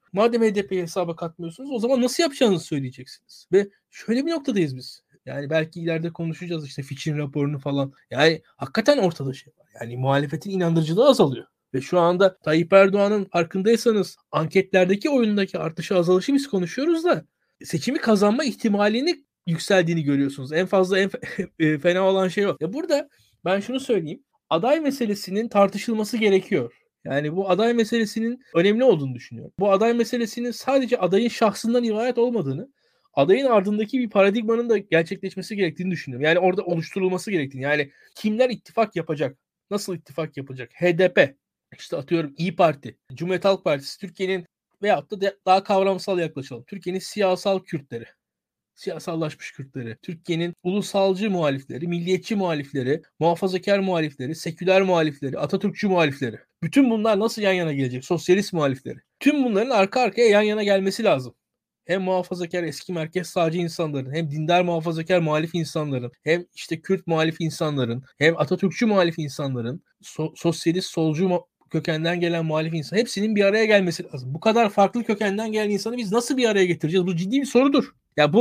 Speaker 3: o zaman nasıl yapacağınızı söyleyeceksiniz. Ve şöyle bir noktadayız biz. Yani belki ileride konuşacağız işte Fitch'in raporunu falan. Yani hakikaten ortada şey var. Yani muhalefetin inandırıcılığı azalıyor. Ve şu anda Tayyip Erdoğan'ın farkındaysanız anketlerdeki oyundaki artışı azalışı biz konuşuyoruz da seçimi kazanma ihtimalini yükseldiğini görüyorsunuz. En fazla fena olan şey o. Ya burada ben şunu söyleyeyim. Aday meselesinin tartışılması gerekiyor. Yani bu aday meselesinin önemli olduğunu düşünüyorum. Bu aday meselesinin sadece adayın şahsından ibaret olmadığını, adayın ardındaki bir paradigmanın da gerçekleşmesi gerektiğini düşünüyorum. Yani orada oluşturulması gerektiğini. Yani kimler ittifak yapacak? Nasıl ittifak yapacak? HDP, işte atıyorum İyi Parti, Cumhuriyet Halk Partisi, Türkiye'nin veyahut da daha kavramsal yaklaşalım. Türkiye'nin siyasal Kürtleri, siyasallaşmış Kürtleri, Türkiye'nin ulusalcı muhalifleri, milliyetçi muhalifleri, muhafazakar muhalifleri, seküler muhalifleri, Atatürkçü muhalifleri. Bütün bunlar nasıl yan yana gelecek? Sosyalist muhalifleri. Tüm bunların arka arkaya yan yana gelmesi lazım. Hem muhafazakar eski merkez sağcı insanların, hem dindar muhafazakar muhalif insanların, hem işte Kürt muhalif insanların, hem Atatürkçü muhalif insanların, sosyalist solcu kökenden gelen muhalif insan, hepsinin bir araya gelmesi lazım. Bu kadar farklı kökenden gelen insanı biz nasıl bir araya getireceğiz? Bu ciddi bir sorudur. Ya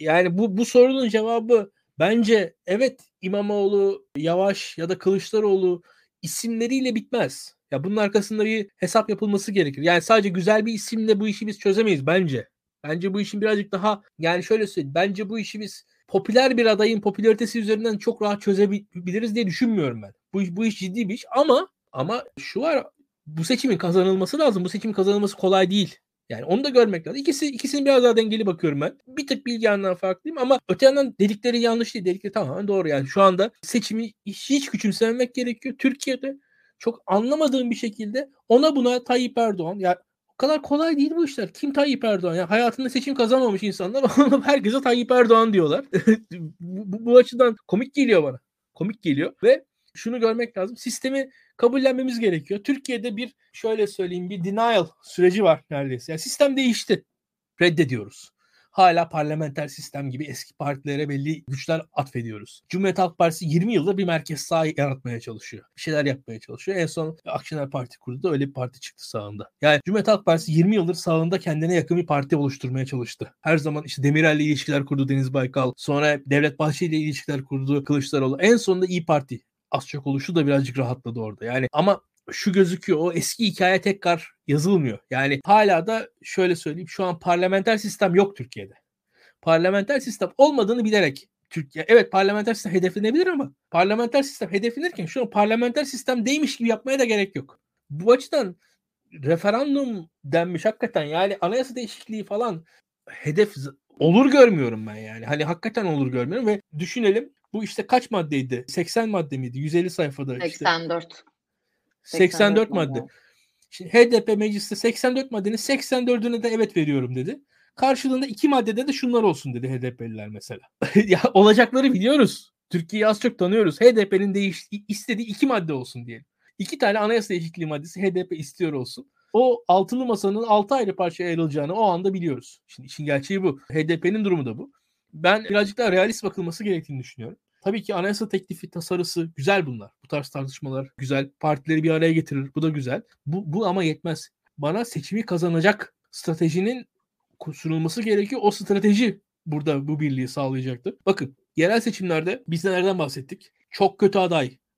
Speaker 3: bu sorunun cevabı bence evet İmamoğlu, Yavaş ya da Kılıçdaroğlu isimleriyle bitmez. Ya bunun arkasında bir hesap yapılması gerekir. Yani sadece güzel bir isimle bu işi biz çözemeyiz bence. Bence bu işin birazcık daha yani şöyle söyleyeyim. Bence bu işi biz popüler bir adayın popülaritesi üzerinden çok rahat çözebiliriz diye düşünmüyorum ben. Bu iş ciddi bir iş ama şu var, bu seçimin kazanılması lazım. Bu seçimin kazanılması kolay değil. Yani onu da görmek lazım. İkisini biraz daha dengeli bakıyorum ben. Bir tık Bilgehan'dan farklıyım ama öte yandan dedikleri yanlış değil. Dedikleri tamamen doğru. Yani şu anda seçimi hiç küçümsememek gerekiyor. Türkiye'de çok anlamadığım bir şekilde ona buna Tayyip Erdoğan ya o kadar kolay değil bu işler. Kim Tayyip Erdoğan? Ya hayatında seçim kazanmamış insanlar herkese Tayyip Erdoğan diyorlar. bu açıdan komik geliyor bana. Komik geliyor ve şunu görmek lazım. Sistemi kabullenmemiz gerekiyor. Türkiye'de bir şöyle söyleyeyim bir denial süreci var neredeyse. Yani sistem değişti. Reddediyoruz. Hala parlamenter sistem gibi eski partilere belli güçler atfediyoruz. Cumhuriyet Halk Partisi 20 yıldır bir merkez sağ yaratmaya çalışıyor. Bir şeyler yapmaya çalışıyor. En son Akşener Parti kurdu da öyle bir parti çıktı sağında. Yani Cumhuriyet Halk Partisi 20 yıldır sağında kendine yakın bir parti oluşturmaya çalıştı. Her zaman işte Demirel'le ilişkiler kurdu Deniz Baykal. Sonra Devlet Bahçeli ile ilişkiler kurdu Kılıçdaroğlu. En sonunda İyi Parti az çok oluşu da birazcık rahatladı orada. Yani ama şu gözüküyor, o eski hikaye tekrar yazılmıyor. Yani hala da şöyle söyleyeyim, şu an parlamenter sistem yok Türkiye'de. Parlamenter sistem olmadığını bilerek Türkiye, evet parlamenter sistem hedeflenebilir ama parlamenter sistem hedeflenirken şu an parlamenter sistem değilmiş gibi yapmaya da gerek yok. Bu açıdan referandum denmiş hakikaten, yani anayasa değişikliği falan hedef olur görmüyorum ben yani. Hani hakikaten olur görmüyorum ve düşünelim, bu işte kaç maddeydi? 80 madde miydi? 150 sayfada işte.
Speaker 1: 84.
Speaker 3: 84 madde. Şimdi HDP mecliste 84 maddenin 84'üne de evet veriyorum dedi. Karşılığında 2 maddede de şunlar olsun dedi HDP'liler mesela. Ya olacakları biliyoruz. Türkiye'yi az çok tanıyoruz. HDP'nin istediği 2 madde olsun diyelim. 2 tane anayasa değişikliği maddesi HDP istiyor olsun. O altılı masanın 6 ayrı parçaya ayrılacağını o anda biliyoruz. Şimdi işin gerçeği bu. HDP'nin durumu da bu. Ben birazcık daha realist bakılması gerektiğini düşünüyorum. Tabii ki anayasa teklifi, tasarısı güzel bunlar. Bu tarz tartışmalar güzel. Partileri bir araya getirir. Bu da güzel. Bu ama yetmez. Bana seçimi kazanacak stratejinin sunulması gerekiyor. O strateji burada bu birliği sağlayacaktır. Bakın yerel seçimlerde biz nelerden bahsettik? Çok kötü aday.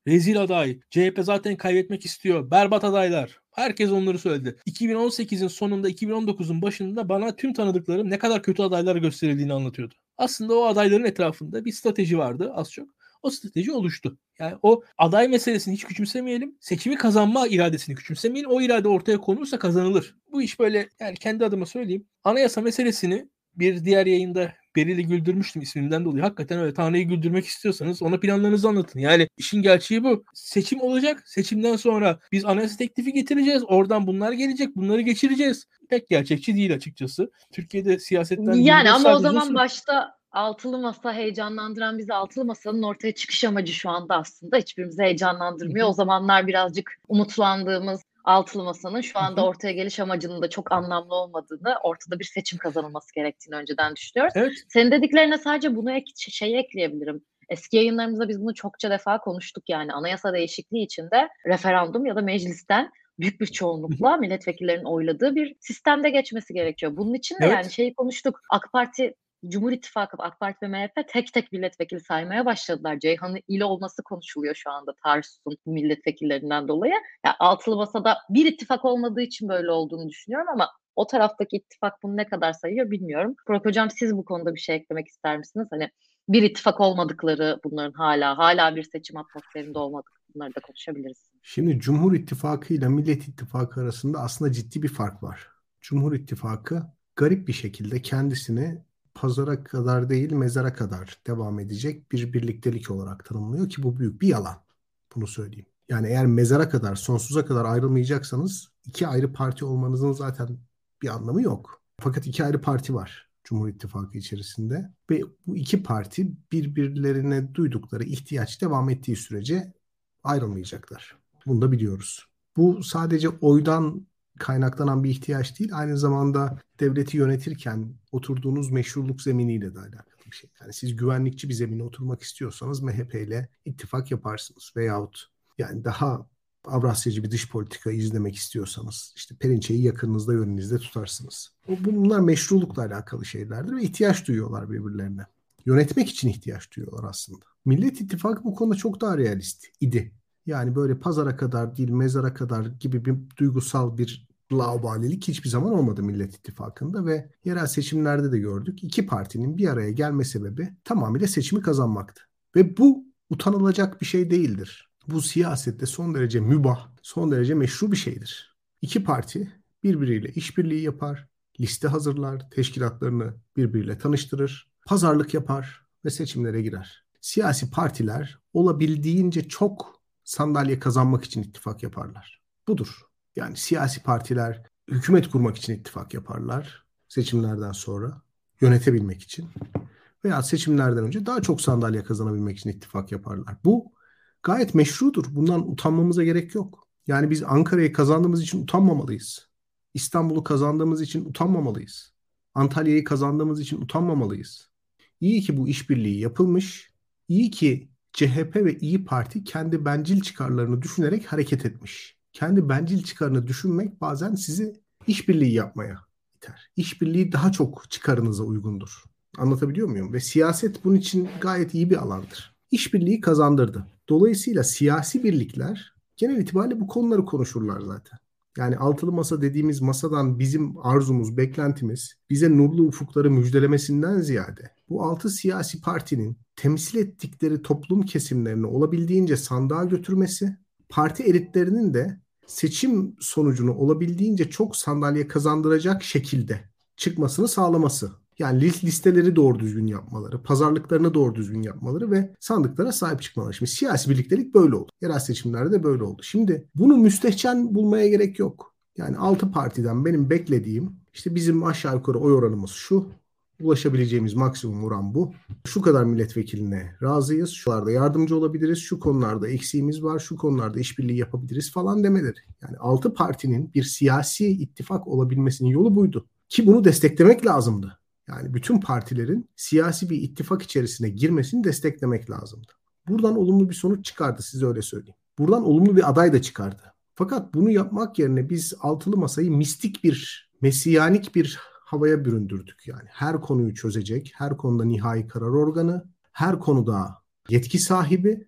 Speaker 3: Rezil aday. CHP zaten kaybetmek istiyor. Berbat adaylar. Herkes onları söyledi. 2018'in sonunda 2019'un başında bana tüm tanıdıklarım ne kadar kötü adaylar gösterildiğini anlatıyordu. Aslında o adayların etrafında bir strateji vardı az çok. O strateji oluştu. Yani o aday meselesini hiç küçümsemeyelim. Seçimi kazanma iradesini küçümsemeyelim. O irade ortaya konulursa kazanılır. Bu iş böyle, yani kendi adıma söyleyeyim. Anayasa meselesini bir diğer yayında Beril'i güldürmüştüm ismimden dolayı. Hakikaten öyle. Tanrı'yı güldürmek istiyorsanız ona planlarınızı anlatın. Yani işin gerçeği bu. Seçim olacak. Seçimden sonra biz anayasa teklifi getireceğiz. Oradan bunlar gelecek. Bunları geçireceğiz. Pek gerçekçi değil açıkçası. Türkiye'de siyasetten
Speaker 1: Yani
Speaker 3: 24
Speaker 1: ama
Speaker 3: saat
Speaker 1: o
Speaker 3: uzun
Speaker 1: zaman
Speaker 3: süre...
Speaker 1: başta altılı masa heyecanlandıran bizi, altılı masanın ortaya çıkış amacı şu anda aslında hiçbirimizi heyecanlandırmıyor. O zamanlar birazcık umutlandığımız altılı masanın şu anda ortaya geliş amacının da çok anlamlı olmadığını, ortada bir seçim kazanılması gerektiğini önceden düşünüyoruz.
Speaker 3: Evet.
Speaker 1: Senin dediklerine sadece bunu şeyi ekleyebilirim. Eski yayınlarımızda biz bunu çokça defa konuştuk, yani anayasa değişikliği içinde referandum ya da meclisten büyük bir çoğunlukla milletvekillerinin oyladığı bir sistemde geçmesi gerekiyor. Bunun için de
Speaker 3: Evet.
Speaker 1: yani şeyi konuştuk. AK Parti, Cumhur İttifakı, AK Parti ve MHP tek tek milletvekili saymaya başladılar. Ceyhan'ın il olması konuşuluyor şu anda Tarsus'un milletvekillerinden dolayı. Yani altılı masada bir ittifak olmadığı için böyle olduğunu düşünüyorum ama o taraftaki ittifak bunu ne kadar sayıyor bilmiyorum. Burak Hocam, siz bu konuda bir şey eklemek ister misiniz? Hani bir ittifak olmadıkları, bunların hala bir seçim atmosferinde olmadık, bunları da konuşabiliriz.
Speaker 2: Şimdi Cumhur İttifakı ile Millet İttifakı arasında aslında ciddi bir fark var. Cumhur İttifakı garip bir şekilde kendisini pazara kadar değil mezara kadar devam edecek bir birliktelik olarak tanımlıyor ki bu büyük bir yalan. Bunu söyleyeyim. Yani eğer mezara kadar, sonsuza kadar ayrılmayacaksanız iki ayrı parti olmanızın zaten bir anlamı yok. Fakat iki ayrı parti var Cumhur İttifakı içerisinde ve bu iki parti birbirlerine duydukları ihtiyaç devam ettiği sürece ayrılmayacaklar. Bunu da biliyoruz. Bu sadece oydan kaynaklanan bir ihtiyaç değil, aynı zamanda devleti yönetirken oturduğunuz meşruluk zeminiyle de alakalı bir şey. Yani siz güvenlikçi bir zemine oturmak istiyorsanız MHP ile ittifak yaparsınız veyahut yani daha Avrasyacı bir dış politika izlemek istiyorsanız işte Perinçe'yi yakınınızda yönünüzde tutarsınız. Bunlar meşrulukla alakalı şeylerdir ve ihtiyaç duyuyorlar birbirlerine. Yönetmek için ihtiyaç duyuyorlar aslında. Millet İttifakı bu konuda çok daha realist idi. Yani böyle pazara kadar değil mezara kadar gibi bir duygusal bir laubalilik hiçbir zaman olmadı Millet İttifakı'nda ve yerel seçimlerde de gördük. İki partinin bir araya gelme sebebi tamamıyla seçimi kazanmaktı. Ve bu utanılacak bir şey değildir. Bu siyasette son derece mübah, son derece meşru bir şeydir. İki parti birbiriyle işbirliği yapar, liste hazırlar, teşkilatlarını birbiriyle tanıştırır, pazarlık yapar ve seçimlere girer. Siyasi partiler olabildiğince çok sandalye kazanmak için ittifak yaparlar. Budur. Yani siyasi partiler hükümet kurmak için ittifak yaparlar seçimlerden sonra, yönetebilmek için. Veya seçimlerden önce daha çok sandalye kazanabilmek için ittifak yaparlar. Bu gayet meşrudur. Bundan utanmamıza gerek yok. Yani biz Ankara'yı kazandığımız için utanmamalıyız. İstanbul'u kazandığımız için utanmamalıyız. Antalya'yı kazandığımız için utanmamalıyız. İyi ki bu işbirliği yapılmış. İyi ki CHP ve İyi Parti kendi bencil çıkarlarını düşünerek hareket etmiş. Kendi bencil çıkarını düşünmek bazen sizi işbirliği yapmaya iter. İşbirliği daha çok çıkarınıza uygundur. Anlatabiliyor muyum? Ve siyaset bunun için gayet iyi bir alandır. İşbirliği kazandırdı. Dolayısıyla siyasi birlikler genel itibariyle bu konuları konuşurlar zaten. Yani altılı masa dediğimiz masadan bizim arzumuz, beklentimiz bize nurlu ufukları müjdelemesinden ziyade bu altı siyasi partinin temsil ettikleri toplum kesimlerini olabildiğince sandığa götürmesi, parti elitlerinin de seçim sonucunu olabildiğince çok sandalye kazandıracak şekilde çıkmasını sağlaması. Yani listeleri doğru düzgün yapmaları, pazarlıklarını doğru düzgün yapmaları ve sandıklara sahip çıkmaları. Şimdi siyasi birliktelik böyle oldu. Yerel seçimlerde de böyle oldu. Şimdi bunu müstehcen bulmaya gerek yok. Yani 6 partiden benim beklediğim işte bizim aşağı yukarı oy oranımız şu. Ulaşabileceğimiz maksimum oran bu. Şu kadar milletvekiline razıyız. Şularda yardımcı olabiliriz. Şu konularda eksiğimiz var. Şu konularda işbirliği yapabiliriz falan demeleri. Yani 6 partinin bir siyasi ittifak olabilmesinin yolu buydu. Ki bunu desteklemek lazımdı. Yani bütün partilerin siyasi bir ittifak içerisine girmesini desteklemek lazımdı. Buradan olumlu bir sonuç çıkardı, size öyle söyleyeyim. Buradan olumlu bir aday da çıkardı. Fakat bunu yapmak yerine biz altılı masayı mistik bir, mesiyanik bir havaya büründürdük. Yani her konuyu çözecek, her konuda nihai karar organı, her konuda yetki sahibi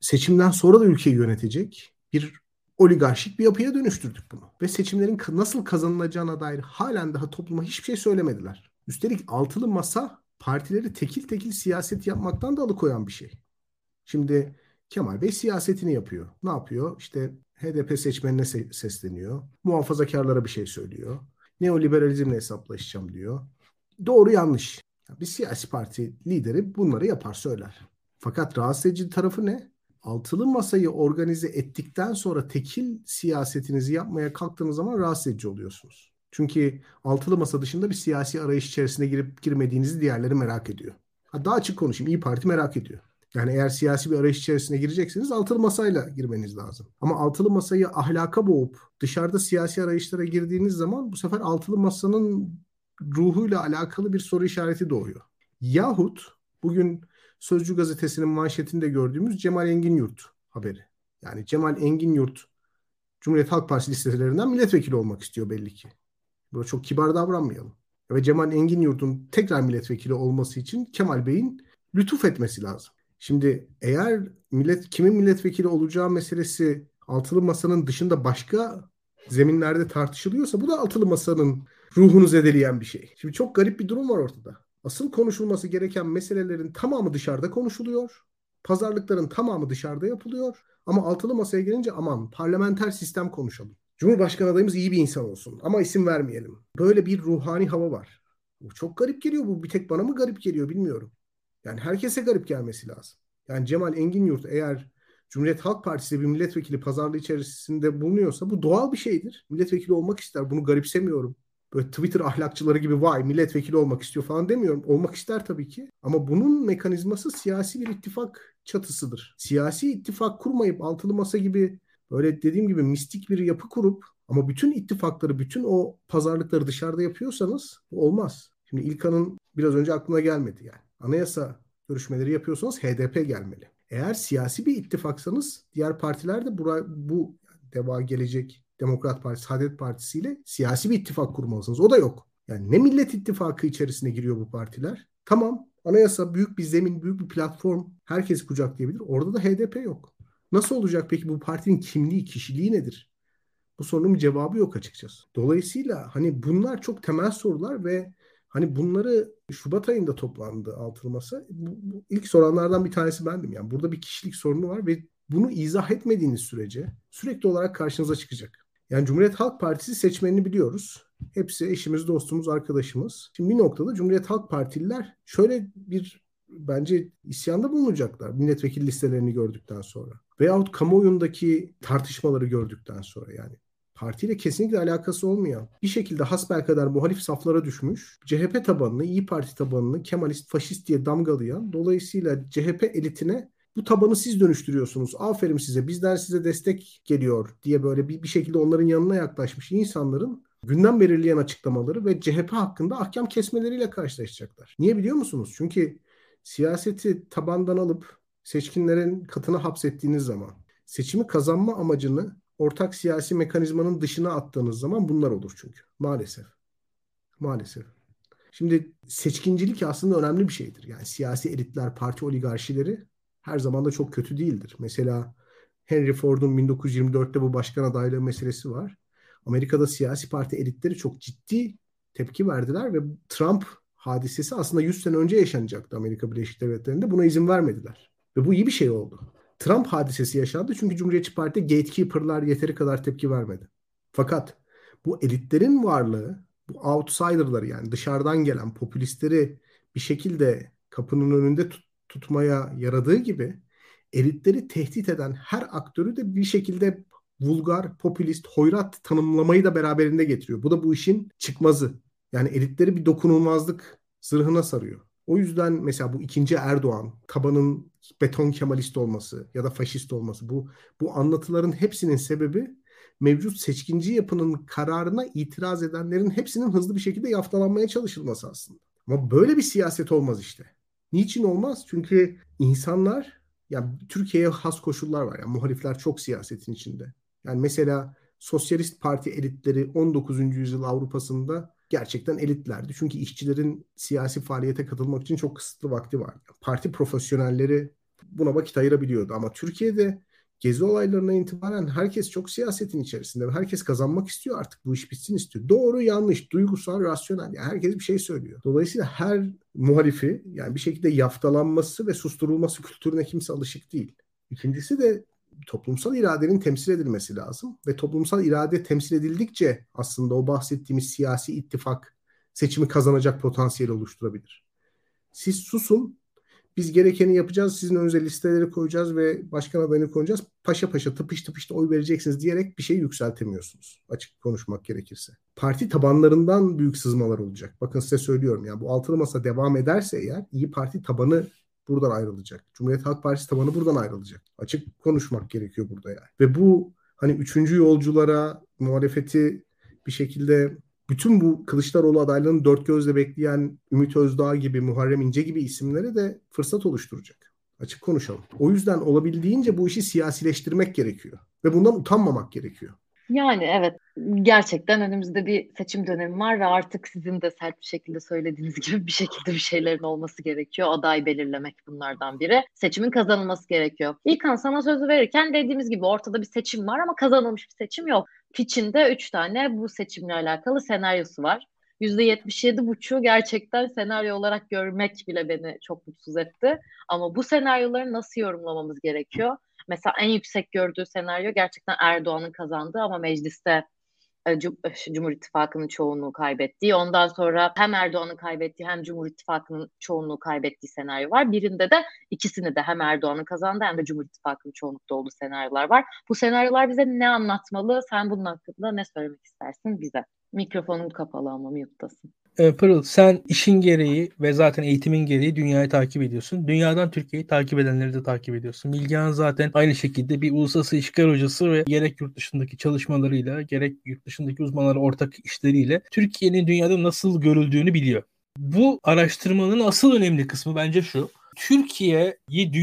Speaker 2: seçimden sonra da ülkeyi yönetecek bir oligarşik bir yapıya dönüştürdük bunu. Ve seçimlerin nasıl kazanılacağına dair halen daha topluma hiçbir şey söylemediler. Üstelik altılı masa partileri tekil tekil siyaset yapmaktan da alıkoyan bir şey. Şimdi Kemal Bey siyasetini yapıyor. Ne yapıyor? İşte HDP seçmenine sesleniyor. Muhafazakarlara bir şey söylüyor. Neoliberalizmle hesaplaşacağım diyor. Doğru yanlış. Bir siyasi parti lideri bunları yapar söyler. Fakat rahatsız edici tarafı ne? Altılı masayı organize ettikten sonra tekil siyasetinizi yapmaya kalktığınız zaman rahatsız edici oluyorsunuz. Çünkü altılı masa dışında bir siyasi arayış içerisine girip girmediğinizi diğerleri merak ediyor. Daha açık konuşayım. İYİ Parti merak ediyor. Yani eğer siyasi bir arayış içerisine girecekseniz altılı masayla girmeniz lazım. Ama altılı masayı ahlaka boğup dışarıda siyasi arayışlara girdiğiniz zaman bu sefer altılı masanın ruhuyla alakalı bir soru işareti doğuyor. Yahut bugün Sözcü gazetesinin manşetinde gördüğümüz Cemal Enginyurt haberi. Yani Cemal Enginyurt Cumhuriyet Halk Partisi listelerinden milletvekili olmak istiyor belli ki. Burada çok kibar davranmayalım. Ve Cemal Enginyurt'un tekrar milletvekili olması için Kemal Bey'in lütuf etmesi lazım. Şimdi eğer kimin milletvekili olacağı meselesi altılı masanın dışında başka zeminlerde tartışılıyorsa bu da altılı masanın ruhunu zedeleyen bir şey. Şimdi çok garip bir durum var ortada. Asıl konuşulması gereken meselelerin tamamı dışarıda konuşuluyor. Pazarlıkların tamamı dışarıda yapılıyor. Ama altılı masaya gelince aman parlamenter sistem konuşalım. Cumhurbaşkanı adayımız iyi bir insan olsun ama isim vermeyelim. Böyle bir ruhani hava var. Bu çok garip geliyor. Bu bir tek bana mı garip geliyor bilmiyorum. Yani herkese garip gelmesi lazım. Yani Cemal Enginyurt eğer Cumhuriyet Halk Partisi bir milletvekili pazarlığı içerisinde bulunuyorsa bu doğal bir şeydir. Milletvekili olmak ister. Bunu garipsemiyorum. Böyle Twitter ahlakçıları gibi vay milletvekili olmak istiyor falan demiyorum. Olmak ister tabii ki. Ama bunun mekanizması siyasi bir ittifak çatısıdır. Siyasi ittifak kurmayıp altılı masa gibi böyle dediğim gibi mistik bir yapı kurup ama bütün ittifakları, bütün o pazarlıkları dışarıda yapıyorsanız bu olmaz. Şimdi İlkan'ın biraz önce aklına gelmedi yani. Anayasa görüşmeleri yapıyorsanız HDP gelmeli. Eğer siyasi bir ittifaksanız diğer partiler de bu Deva, Gelecek, Demokrat Partisi, Saadet Partisi ile siyasi bir ittifak kurmalısınız. O da yok. Yani ne Millet İttifakı içerisine giriyor bu partiler? Tamam, anayasa büyük bir zemin, büyük bir platform. Herkes kucaklayabilir. Orada da HDP yok. Nasıl olacak peki bu partinin kimliği, kişiliği nedir? Bu sorunun cevabı yok açıkçası. Dolayısıyla hani bunlar çok temel sorular ve hani bunları Şubat ayında toplandı altılı masa. Bu ilk soranlardan bir tanesi bendim. Yani burada bir kişilik sorunu var ve bunu izah etmediğiniz sürece sürekli olarak karşınıza çıkacak. Yani Cumhuriyet Halk Partisi seçmenini biliyoruz. Hepsi eşimiz, dostumuz, arkadaşımız. Şimdi bir noktada Cumhuriyet Halk Partililer şöyle bir bence isyanda bulunacaklar milletvekili listelerini gördükten sonra. Veyahut kamuoyundaki tartışmaları gördükten sonra yani. Partiyle kesinlikle alakası olmayan bir şekilde hasbelkader muhalif saflara düşmüş, CHP tabanını, İYİ Parti tabanını Kemalist, faşist diye damgalayan, dolayısıyla CHP elitine bu tabanı siz dönüştürüyorsunuz. Aferin size, bizden size destek geliyor diye böyle bir şekilde onların yanına yaklaşmış insanların gündem belirleyen açıklamaları ve CHP hakkında ahkam kesmeleriyle karşılaşacaklar. Niye biliyor musunuz? Çünkü siyaseti tabandan alıp seçkinlerin katına hapsettiğiniz zaman, seçimi kazanma amacını ortak siyasi mekanizmanın dışına attığınız zaman bunlar olur çünkü. Maalesef. Maalesef. Şimdi seçkincilik aslında önemli bir şeydir. Yani siyasi elitler, parti oligarşileri her zaman da çok kötü değildir. Mesela Henry Ford'un 1924'te bu başkan adaylığı meselesi var. Amerika'da siyasi parti elitleri çok ciddi tepki verdiler ve Trump hadisesi aslında 100 sene önce yaşanacaktı Amerika Birleşik Devletleri'nde. Buna izin vermediler. Ve bu iyi bir şey oldu. Trump hadisesi yaşandı çünkü Cumhuriyetçi Parti gatekeeper'lar yeteri kadar tepki vermedi. Fakat bu elitlerin varlığı, bu outsider'ları yani dışarıdan gelen popülistleri bir şekilde kapının önünde tutmaya yaradığı gibi elitleri tehdit eden her aktörü de bir şekilde vulgar, popülist, hoyrat tanımlamayı da beraberinde getiriyor. Bu da bu işin çıkmazı. Yani elitleri bir dokunulmazlık zırhına sarıyor. O yüzden mesela bu ikinci Erdoğan, tabanın beton Kemalist olması ya da faşist olması bu anlatıların hepsinin sebebi mevcut seçkinci yapının kararına itiraz edenlerin hepsinin hızlı bir şekilde yaftalanmaya çalışılması aslında. Ama böyle bir siyaset olmaz işte. Niçin olmaz? Çünkü insanlar ya Türkiye'ye has koşullar var. Yani muhalifler çok siyasetin içinde. Yani mesela Sosyalist Parti elitleri 19. yüzyıl Avrupa'sında gerçekten elitlerdi. Çünkü işçilerin siyasi faaliyete katılmak için çok kısıtlı vakti vardı. Parti profesyonelleri buna vakit ayırabiliyordu. Ama Türkiye'de Gezi olaylarına itibaren herkes çok siyasetin içerisinde ve herkes kazanmak istiyor artık. Bu iş bitsin istiyor. Doğru, yanlış, duygusal, rasyonel. Yani herkes bir şey söylüyor. Dolayısıyla her muhalifi yani bir şekilde yaftalanması ve susturulması kültürüne kimse alışık değil. İkincisi de toplumsal iradenin temsil edilmesi lazım. Ve toplumsal irade temsil edildikçe aslında o bahsettiğimiz siyasi ittifak seçimi kazanacak potansiyel oluşturabilir. Siz susun, biz gerekeni yapacağız, sizin önünüze listeleri koyacağız ve başkan adayını koyacağız. Paşa paşa tıpış tıpış da oy vereceksiniz diyerek bir şey yükseltemiyorsunuz. Açık konuşmak gerekirse. Parti tabanlarından büyük sızmalar olacak. Bakın size söylüyorum yani bu altılı masa devam ederse eğer İyi Parti tabanı buradan ayrılacak. Cumhuriyet Halk Partisi tabanı buradan ayrılacak. Açık konuşmak gerekiyor burada yani. Ve bu hani üçüncü yolculara muhalefeti bir şekilde bütün bu Kılıçdaroğlu adaylığını dört gözle bekleyen Ümit Özdağ gibi, Muharrem İnce gibi isimlere de fırsat oluşturacak. Açık konuşalım. O yüzden olabildiğince bu işi siyasileştirmek gerekiyor. Ve bundan utanmamak gerekiyor.
Speaker 1: Yani evet, gerçekten önümüzde bir seçim dönemi var ve artık sizin de sert bir şekilde söylediğiniz gibi bir şekilde bir şeylerin olması gerekiyor. Aday belirlemek bunlardan biri. Seçimin kazanılması gerekiyor. İlkan, sana sözü verirken dediğimiz gibi ortada bir seçim var ama kazanılmış bir seçim yok. Fitch'in de 3 tane bu seçimle alakalı senaryosu var. %77,5'u gerçekten senaryo olarak görmek bile beni çok mutsuz etti. Ama bu senaryoları nasıl yorumlamamız gerekiyor? Mesela en yüksek gördüğü senaryo gerçekten Erdoğan'ın kazandığı ama mecliste Cumhur İttifakı'nın çoğunluğu kaybettiği. Ondan sonra hem Erdoğan'ın kaybettiği hem Cumhur İttifakı'nın çoğunluğu kaybettiği senaryo var. Birinde de ikisini de hem Erdoğan'ın kazandığı hem de Cumhur İttifakı'nın çoğunlukta olduğu senaryolar var. Bu senaryolar bize ne anlatmalı? Sen bunun hakkında ne söylemek istersin bize? Mikrofonun kapalı ama mute'dasın.
Speaker 3: Pırıl, sen işin gereği ve zaten eğitimin gereği dünyayı takip ediyorsun. Dünyadan Türkiye'yi takip edenleri de takip ediyorsun. Bilgehan zaten aynı şekilde bir uluslararası ilişkiler hocası ve gerek yurt dışındaki çalışmalarıyla gerek yurt dışındaki uzmanlara ortak işleriyle Türkiye'nin dünyada nasıl görüldüğünü biliyor. Bu araştırmanın asıl önemli kısmı bence şu: Türkiye'yi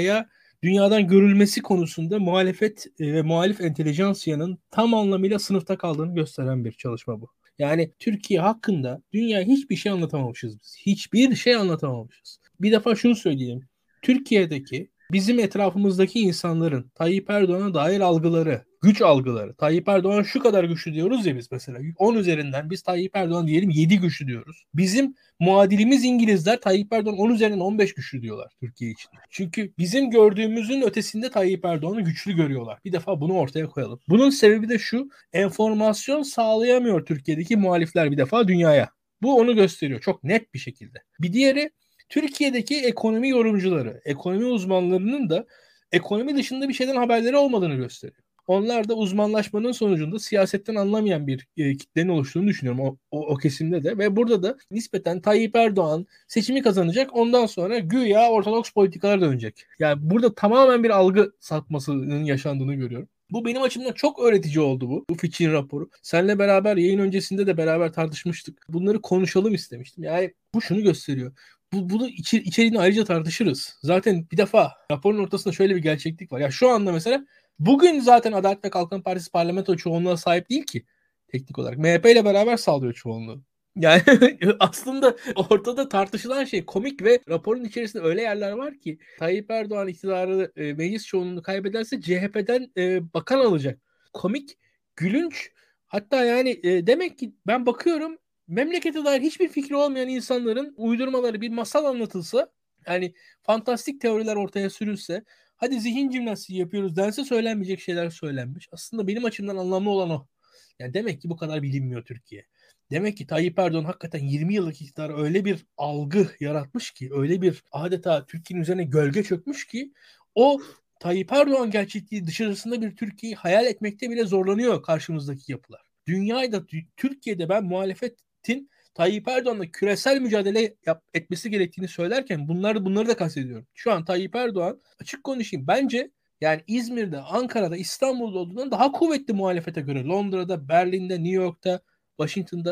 Speaker 3: dünyadan görülmesi konusunda muhalefet ve muhalif entelijansiyanın tam anlamıyla sınıfta kaldığını gösteren bir çalışma bu. Yani Türkiye hakkında dünya hiçbir şey anlatamamışız biz. Hiçbir şey anlatamamışız. Bir defa şunu söyleyeyim. Türkiye'deki bizim etrafımızdaki insanların Tayyip Erdoğan'a dair algıları, güç algıları. Tayyip Erdoğan şu kadar güçlü diyoruz ya biz mesela. 10 üzerinden biz Tayyip Erdoğan diyelim 7 güçlü diyoruz. Bizim muadilimiz İngilizler Tayyip Erdoğan 10 üzerinden 15 güçlü diyorlar Türkiye için. Çünkü bizim gördüğümüzün ötesinde Tayyip Erdoğan'ı güçlü görüyorlar. Bir defa bunu ortaya koyalım. Bunun sebebi de şu: enformasyon sağlayamıyor Türkiye'deki muhalifler bir defa dünyaya. Bu onu gösteriyor çok net bir şekilde. Bir diğeri, Türkiye'deki ekonomi yorumcuları, ekonomi uzmanlarının da ekonomi dışında bir şeyden haberleri olmadığını gösteriyor. Onlar da uzmanlaşmanın sonucunda siyasetten anlamayan bir kitlenin oluştuğunu düşünüyorum o kesimde de. Ve burada da nispeten Tayyip Erdoğan seçimi kazanacak, ondan sonra güya ortodoks politikalar dönecek. Yani burada tamamen bir algı sapmasının yaşandığını görüyorum. Bu benim açımdan çok öğretici oldu bu Fitch'in raporu. Seninle beraber yayın öncesinde de beraber tartışmıştık. Bunları konuşalım istemiştim. Yani bu şunu gösteriyor. Bunu içeriğini ayrıca tartışırız. Zaten bir defa raporun ortasında şöyle bir gerçeklik var. Ya şu anda mesela bugün zaten Adalet ve Kalkınma Partisi parlamento çoğunluğa sahip değil ki teknik olarak. MHP ile beraber sağlıyor çoğunluğu. Yani aslında ortada tartışılan şey komik ve raporun içerisinde öyle yerler var ki Tayyip Erdoğan iktidarı meclis çoğunluğunu kaybederse CHP'den bakan alacak. Komik, gülünç, hatta yani demek ki ben bakıyorum memlekete dair hiçbir fikri olmayan insanların uydurmaları bir masal anlatılsa, yani fantastik teoriler ortaya sürülse, hadi zihin jimnastiği yapıyoruz dense söylenmeyecek şeyler söylenmiş. Aslında benim açımdan anlamlı olan o. Yani demek ki bu kadar bilinmiyor Türkiye. Demek ki Tayyip Erdoğan hakikaten 20 yıllık iktidara öyle bir algı yaratmış ki, öyle bir adeta Türkiye'nin üzerine gölge çökmüş ki o Tayyip Erdoğan gerçekliği dışarısında bir Türkiye'yi hayal etmekte bile zorlanıyor karşımızdaki yapılar. Dünyada, Türkiye'de ben muhalefetin Tayyip Erdoğan'la küresel mücadele etmesi gerektiğini söylerken bunları da kastediyorum. Şu an Tayyip Erdoğan, açık konuşayım, bence yani İzmir'de, Ankara'da, İstanbul'da olduğundan daha kuvvetli muhalefete göre. Londra'da, Berlin'de, New York'ta, Washington'da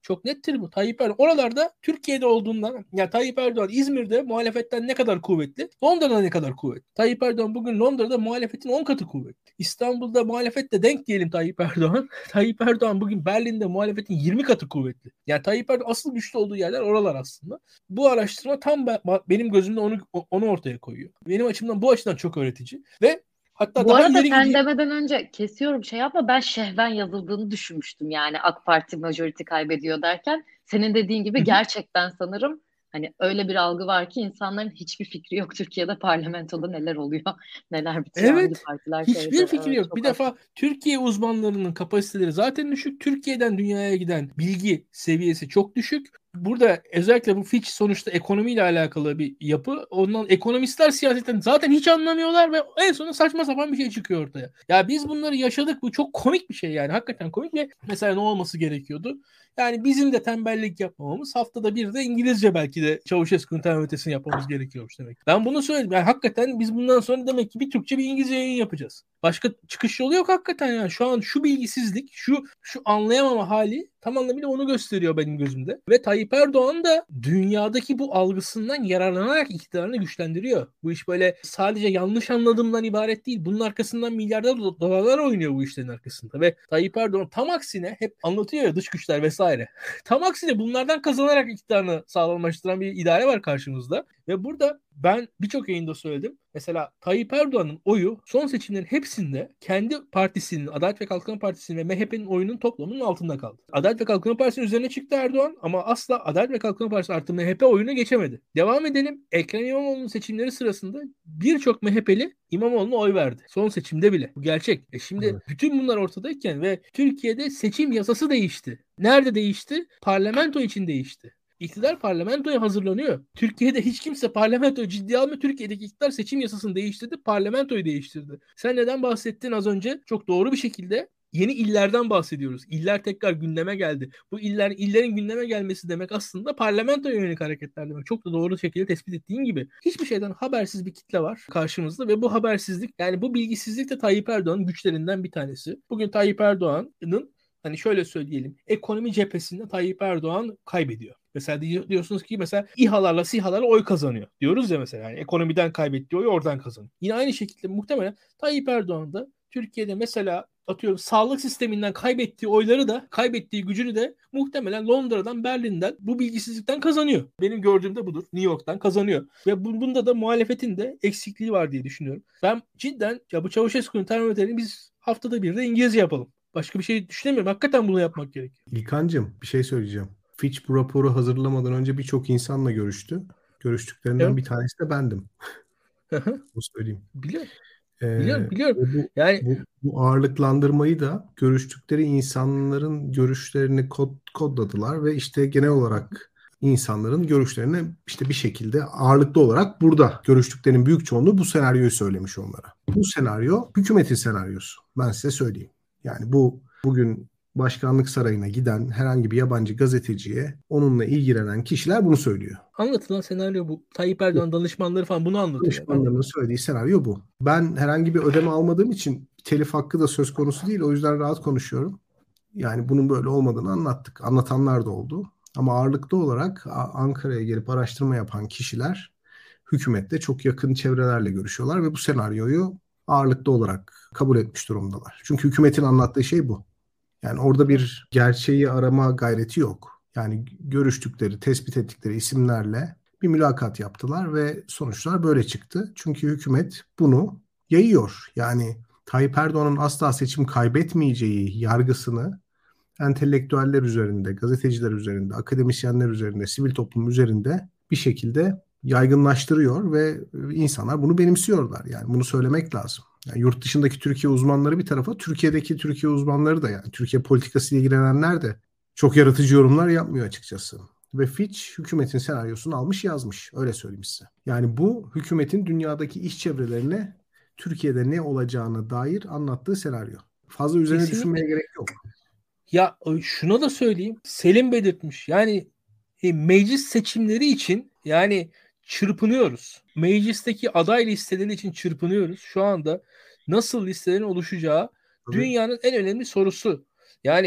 Speaker 3: Çok nettir bu. Tayyip Erdoğan oralarda Türkiye'de olduğundan, ya Tayyip Erdoğan İzmir'de muhalefetten ne kadar kuvvetli, Londra'da ne kadar kuvvetli. Tayyip Erdoğan bugün Londra'da muhalefetin 10 katı kuvvetli. İstanbul'da muhalefetle denk diyelim Tayyip Erdoğan. Tayyip Erdoğan bugün Berlin'de muhalefetin 20 katı kuvvetli. Yani Tayyip Erdoğan asıl güçlü olduğu yerler oralar aslında. Bu araştırma tam benim gözümde onu ortaya koyuyor. Benim açımdan bu açıdan çok öğretici ve hatta
Speaker 1: Bu
Speaker 3: daha
Speaker 1: arada
Speaker 3: ileri
Speaker 1: sen
Speaker 3: gideyim.
Speaker 1: demeden önce kesiyorum şey yapma, ben şehven yazıldığını düşünmüştüm yani AK Parti majority kaybediyor derken. Senin dediğin gibi gerçekten sanırım hani öyle bir algı var ki insanların hiçbir fikri yok Türkiye'de parlamentoda neler oluyor, neler bitiyor, hangi
Speaker 3: Evet.
Speaker 1: partiler
Speaker 3: Hiçbir
Speaker 1: şeyde.
Speaker 3: fikri
Speaker 1: Evet,
Speaker 3: yok. Bir
Speaker 1: çok haklısın.
Speaker 3: defa Türkiye uzmanlarının kapasiteleri zaten düşük. Türkiye'den dünyaya giden bilgi seviyesi çok düşük. Burada özellikle bu Fitch sonuçta ekonomiyle alakalı bir yapı. Ondan ekonomistler siyasetten zaten hiç anlamıyorlar ve en sonunda saçma sapan bir şey çıkıyor ortaya. Ya biz bunları yaşadık. Bu çok komik bir şey yani. Hakikaten komik ve mesela ne olması gerekiyordu? Yani bizim de tembellik yapmamamız, haftada bir de İngilizce belki de Çavuşesku'nun termometresini yapmamız gerekiyormuş demek. Ben bunu söyledim. Yani hakikaten biz bundan sonra demek ki bir Türkçe bir İngilizce yayın yapacağız. Başka çıkış yolu yok hakikaten yani. Şu an şu bilgisizlik, şu anlayamama hali tam anlamıyla onu gösteriyor benim gözümde. Ve Tayyip Erdoğan da dünyadaki bu algısından yararlanarak iktidarını güçlendiriyor. Bu iş böyle sadece yanlış anladığımdan ibaret değil. Bunun arkasından milyarlar dolarlar oynuyor bu işlerin arkasında. Ve Tayyip Erdoğan tam aksine hep anlatıyor ya dış güçler vesaire. Tam aksine bunlardan kazanarak iktidarını sağlamlaştıran bir idare var karşımızda. Ve burada ben birçok yayında söyledim. Mesela Tayyip Erdoğan'ın oyu son seçimlerin hepsinde kendi partisinin, Adalet ve Kalkınma Partisi'nin ve MHP'nin oyunun toplamının altında kaldı. Adalet ve Kalkınma Partisi'nin üzerine çıktı Erdoğan ama asla Adalet ve Kalkınma Partisi artı MHP oyunu geçemedi. Devam edelim. Ekrem İmamoğlu'nun seçimleri sırasında birçok MHP'li İmamoğlu'na oy verdi. Son seçimde bile. Bu gerçek. Şimdi
Speaker 2: Evet.
Speaker 3: bütün bunlar ortadayken ve Türkiye'de seçim yasası değişti. Nerede değişti? Parlamento için değişti. İktidar parlamentoya hazırlanıyor. Türkiye'de hiç kimse parlamentoyu ciddiye almıyor. Türkiye'deki iktidar seçim yasasını değiştirdi, parlamentoyu değiştirdi. Sen neden bahsettin az önce? Çok doğru bir şekilde yeni illerden bahsediyoruz. İller tekrar gündeme geldi. Bu illerin gündeme gelmesi demek aslında parlamentoya yönelik hareketler demek. Çok da doğru şekilde tespit ettiğin gibi. Hiçbir şeyden habersiz bir kitle var karşımızda ve bu habersizlik, yani bu bilgisizlik de Tayyip Erdoğan'ın güçlerinden bir tanesi. Bugün Tayyip Erdoğan'ın, hani şöyle söyleyelim, ekonomi cephesinde Tayyip Erdoğan kaybediyor. Mesela diyorsunuz ki mesela İHA'larla SİHA'larla oy kazanıyor. Diyoruz ya mesela, yani ekonomiden kaybettiği oyu oradan kazanıyor. Yine aynı şekilde muhtemelen Tayyip Erdoğan da Türkiye'de mesela atıyorum sağlık sisteminden kaybettiği oyları da, kaybettiği gücünü de muhtemelen Londra'dan, Berlin'den, bu bilgisizlikten kazanıyor. Benim gördüğüm de budur. New York'tan kazanıyor. Ve bunda da muhalefetin de eksikliği var diye düşünüyorum. Ben cidden ya bu Çavuşesku'nun termometrini biz haftada bir de İngilizce yapalım. Başka bir şey düşünemiyorum. Hakikaten bunu yapmak gerekiyor.
Speaker 2: İlkancığım bir şey söyleyeceğim. Fitch bu raporu hazırlamadan önce birçok insanla görüştü. Görüştüklerinden
Speaker 3: Evet.
Speaker 2: bir tanesi de bendim. Bunu söyleyeyim.
Speaker 3: Biliyorum.
Speaker 2: Ve
Speaker 3: Biliyorum.
Speaker 2: bu,
Speaker 3: Yani
Speaker 2: bu ağırlıklandırmayı da görüştükleri insanların görüşlerini kodladılar ve işte genel olarak insanların görüşlerini işte bir şekilde ağırlıklı olarak burada görüştüklerinin büyük çoğunluğu bu senaryoyu söylemiş onlara. Bu senaryo hükümetin senaryosu. Ben size söyleyeyim. Yani bugün başkanlık sarayına giden herhangi bir yabancı gazeteciye onunla ilgilenen kişiler bunu söylüyor.
Speaker 3: anlatılan senaryo bu. Tayyip Erdoğan danışmanları falan bunu anlatıyor.
Speaker 2: Danışmanlarının söylediği senaryo bu. Ben herhangi bir ödeme almadığım için telif hakkı da söz konusu değil. O yüzden rahat konuşuyorum. Yani bunun böyle olmadığını anlattık. Anlatanlar da oldu. Ama ağırlıklı olarak Ankara'ya gelip araştırma yapan kişiler hükümette çok yakın çevrelerle görüşüyorlar ve bu senaryoyu ağırlıklı olarak kabul etmiş durumdalar. Çünkü hükümetin anlattığı şey bu. Yani orada bir gerçeği arama gayreti yok. Yani görüştükleri, tespit ettikleri isimlerle bir mülakat yaptılar ve sonuçlar böyle çıktı. Çünkü hükümet bunu yayıyor. Yani Tayyip Erdoğan'ın asla seçim kaybetmeyeceği yargısını entelektüeller üzerinde, gazeteciler üzerinde, akademisyenler üzerinde, sivil toplum üzerinde bir şekilde yaygınlaştırıyor ve insanlar bunu benimsiyorlar. Yani bunu söylemek lazım. Yani yurt dışındaki Türkiye uzmanları bir tarafa, Türkiye'deki Türkiye uzmanları da, yani Türkiye politikasıyla ilgilenenler de çok yaratıcı yorumlar yapmıyor açıkçası. Ve Fitch hükümetin senaryosunu almış yazmış. Öyle söyleyeyim size. Yani bu hükümetin dünyadaki iş çevrelerine Türkiye'de ne olacağına dair anlattığı senaryo. Fazla üzerine düşünmeye gerek yok.
Speaker 3: Ya şuna da söyleyeyim. Selim belirtmiş. Yani meclis seçimleri için yani çırpınıyoruz. Meclisteki aday listeleri için çırpınıyoruz. Şu anda nasıl listelerin oluşacağı
Speaker 2: Tabii.
Speaker 3: dünyanın en önemli sorusu. Yani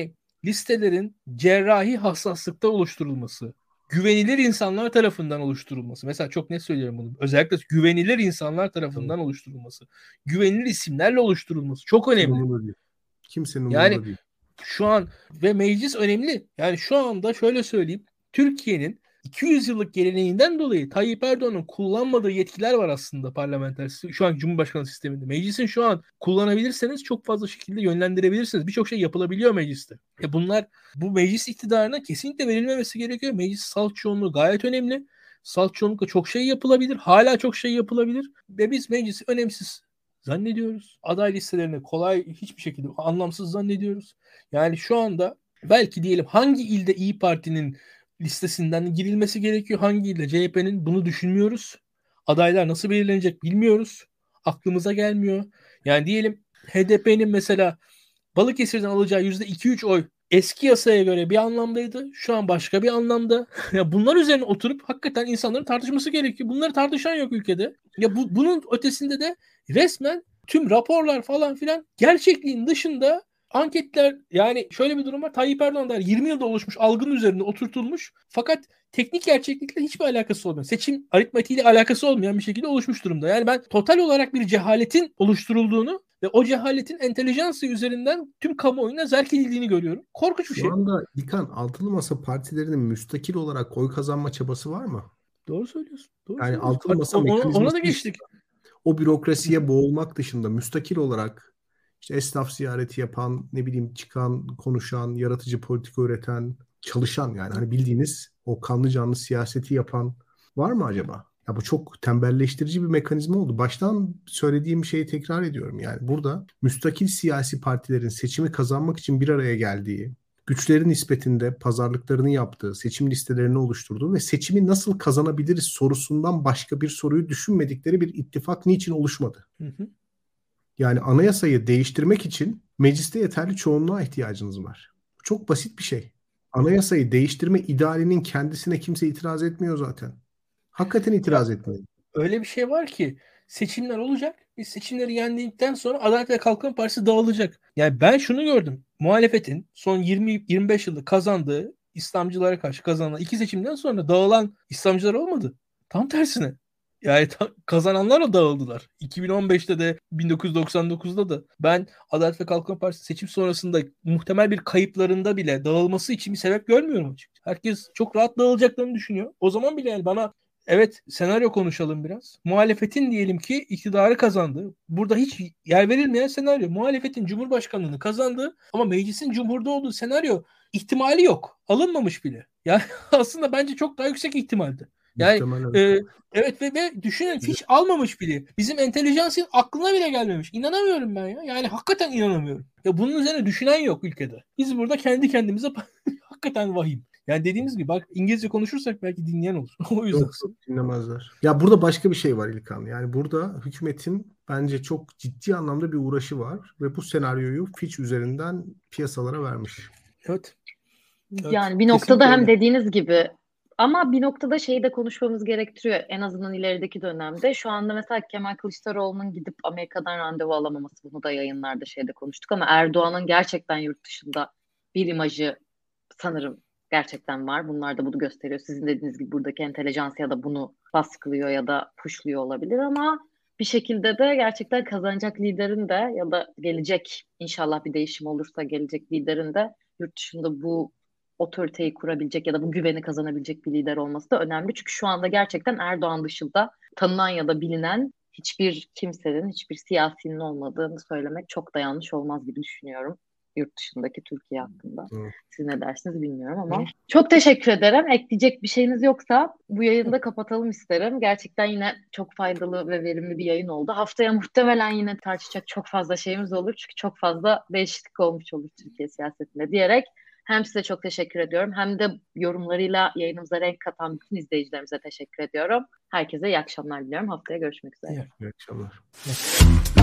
Speaker 3: listelerin cerrahi hassaslıkta oluşturulması, güvenilir insanlar tarafından oluşturulması. Mesela çok net söylüyorum bunu. Özellikle güvenilir insanlar tarafından oluşturulması. Güvenilir isimlerle oluşturulması çok önemli.
Speaker 2: Umurunda değil. Kimsenin
Speaker 3: Yani
Speaker 2: umurunda değil.
Speaker 3: şu an ve meclis önemli. Yani şu anda şöyle söyleyeyim. Türkiye'nin 200 yıllık geleneğinden dolayı Tayyip Erdoğan'ın kullanmadığı yetkiler var aslında parlamenter. Şu an Cumhurbaşkanı sisteminde. Meclisin şu an kullanabilirseniz çok fazla şekilde yönlendirebilirsiniz. Birçok şey yapılabiliyor mecliste. Bunlar bu meclis iktidarına kesinlikle verilmemesi gerekiyor. Meclis salt çoğunluğu gayet önemli. Salt çoğunlukla çok şey yapılabilir. Hala çok şey yapılabilir. Ve biz meclisi önemsiz zannediyoruz. Aday listelerini kolay hiçbir şekilde anlamsız zannediyoruz. Yani şu anda belki diyelim hangi ilde İyi Parti'nin listesinden girilmesi gerekiyor, hangi ilde CHP'nin, bunu düşünmüyoruz. Adaylar nasıl belirlenecek bilmiyoruz. Aklımıza gelmiyor. Yani diyelim HDP'nin mesela Balıkesir'den alacağı %2-3 oy eski yasaya göre bir anlamdaydı. Şu an başka bir anlamda. Ya bunlar üzerine oturup hakikaten insanların tartışması gerekiyor. Bunları tartışan yok ülkede. Ya bunun ötesinde de resmen tüm raporlar falan filan gerçekliğin dışında anketler, yani şöyle bir durum var. Tayyip Erdoğan der 20 yılda oluşmuş algının üzerinde oturtulmuş. Fakat teknik gerçeklikle hiçbir alakası olmayan, seçim aritmatiğiyle alakası olmayan bir şekilde oluşmuş durumda. Yani ben total olarak bir cehaletin oluşturulduğunu ve o cehaletin entelijansı üzerinden tüm kamuoyuna zerk edildiğini görüyorum. Korkunç bir şey.
Speaker 2: Şu anda İlkan, altılı masa partilerinin müstakil olarak oy kazanma çabası var mı?
Speaker 3: Doğru söylüyorsun. Doğru
Speaker 2: Yani
Speaker 3: söylüyorsun.
Speaker 2: altılı masa
Speaker 3: Ona da
Speaker 2: mekanizması
Speaker 3: geçtik.
Speaker 2: o bürokrasiye boğulmak dışında müstakil olarak işte esnaf ziyareti yapan, ne bileyim çıkan, konuşan, yaratıcı politika üreten, çalışan, yani hani bildiğiniz o kanlı canlı siyaseti yapan var mı acaba? Ya bu çok tembelleştirici bir mekanizma oldu. Baştan söylediğim şeyi tekrar ediyorum. Yani burada müstakil siyasi partilerin seçimi kazanmak için bir araya geldiği, güçleri nispetinde pazarlıklarını yaptığı, seçim listelerini oluşturduğu ve seçimi nasıl kazanabiliriz sorusundan başka bir soruyu düşünmedikleri bir ittifak niçin oluşmadı?
Speaker 3: Hı hı.
Speaker 2: Yani anayasayı değiştirmek için mecliste yeterli çoğunluğa ihtiyacınız var. Bu çok basit bir şey. Anayasayı değiştirme idealinin kendisine kimse itiraz etmiyor zaten. Hakikaten
Speaker 3: Ya
Speaker 2: itiraz etmiyor.
Speaker 3: öyle bir şey var ki seçimler olacak. Biz seçimleri yendikten sonra Adalet ve Kalkınma Partisi dağılacak. Yani ben şunu gördüm. Muhalefetin son 20-25 yılda kazandığı, İslamcılara karşı kazanılan iki seçimden sonra dağılan İslamcılar olmadı. Tam tersine. Yani kazananlar da dağıldılar. 2015'te de 1999'da da ben Adalet ve Kalkınma Partisi seçim sonrasında muhtemel bir kayıplarında bile dağılması için bir sebep görmüyorum açıkçası. Herkes çok rahat dağılacaklarını düşünüyor. O zaman bile yani bana evet, senaryo konuşalım biraz. Muhalefetin diyelim ki iktidarı kazandı. Burada hiç yer verilmeyen senaryo. Muhalefetin Cumhurbaşkanlığını kazandı ama meclisin cumhurda olduğu senaryo ihtimali yok. Alınmamış bile. Yani aslında bence çok daha yüksek ihtimaldi. Yani
Speaker 2: Muhtemelen.
Speaker 3: evet ve düşünün hiç almamış bile. Bizim entelijansın aklına bile gelmemiş. İnanamıyorum ben ya. Yani hakikaten inanamıyorum. Ya bunun üzerine düşünen yok ülkede. Biz burada kendi kendimize hakikaten vahim. Yani dediğimiz gibi bak, İngilizce konuşursak belki dinleyen olur. O yüzden.
Speaker 2: Yok, dinlemezler. Ya burada başka bir şey var İlkan. Yani burada hükümetin bence çok ciddi anlamda bir uğraşı var ve bu senaryoyu Fitch üzerinden piyasalara vermiş.
Speaker 3: Evet. Evet.
Speaker 1: Yani bir noktada
Speaker 3: Kesinlikle
Speaker 1: hem
Speaker 3: öyle.
Speaker 1: dediğiniz gibi ama bir noktada şeyi de konuşmamız gerektiriyor en azından ilerideki dönemde. Şu anda mesela Kemal Kılıçdaroğlu'nun gidip Amerika'dan randevu alamaması, bunu da yayınlarda şeyde konuştuk ama Erdoğan'ın gerçekten yurt dışında bir imajı sanırım gerçekten var. Bunlar da bunu gösteriyor. Sizin dediğiniz gibi buradaki entelejansiya da bunu baskılıyor ya da pushluyor olabilir ama bir şekilde de gerçekten kazanacak liderin de ya da gelecek inşallah bir değişim olursa gelecek liderin de yurt dışında bu otoriteyi kurabilecek ya da bu güveni kazanabilecek bir lider olması da önemli. Çünkü şu anda gerçekten Erdoğan dışında tanınan ya da bilinen hiçbir kimsenin, hiçbir siyasinin olmadığını söylemek çok da yanlış olmaz gibi düşünüyorum. Yurt dışındaki Türkiye hakkında.
Speaker 2: Hı.
Speaker 1: Siz ne dersiniz bilmiyorum ama.
Speaker 3: Hı.
Speaker 1: Çok teşekkür ederim. Ekleyecek bir şeyiniz yoksa bu yayını da kapatalım isterim. Gerçekten yine çok faydalı ve verimli bir yayın oldu. Haftaya muhtemelen yine tartışacak çok fazla şeyimiz olur. Çünkü çok fazla değişiklik olmuş olur Türkiye siyasetinde diyerek hem size çok teşekkür ediyorum hem de yorumlarıyla yayınımıza renk katan bütün izleyicilerimize teşekkür ediyorum. Herkese iyi akşamlar diliyorum. Haftaya görüşmek üzere.
Speaker 2: İyi akşamlar.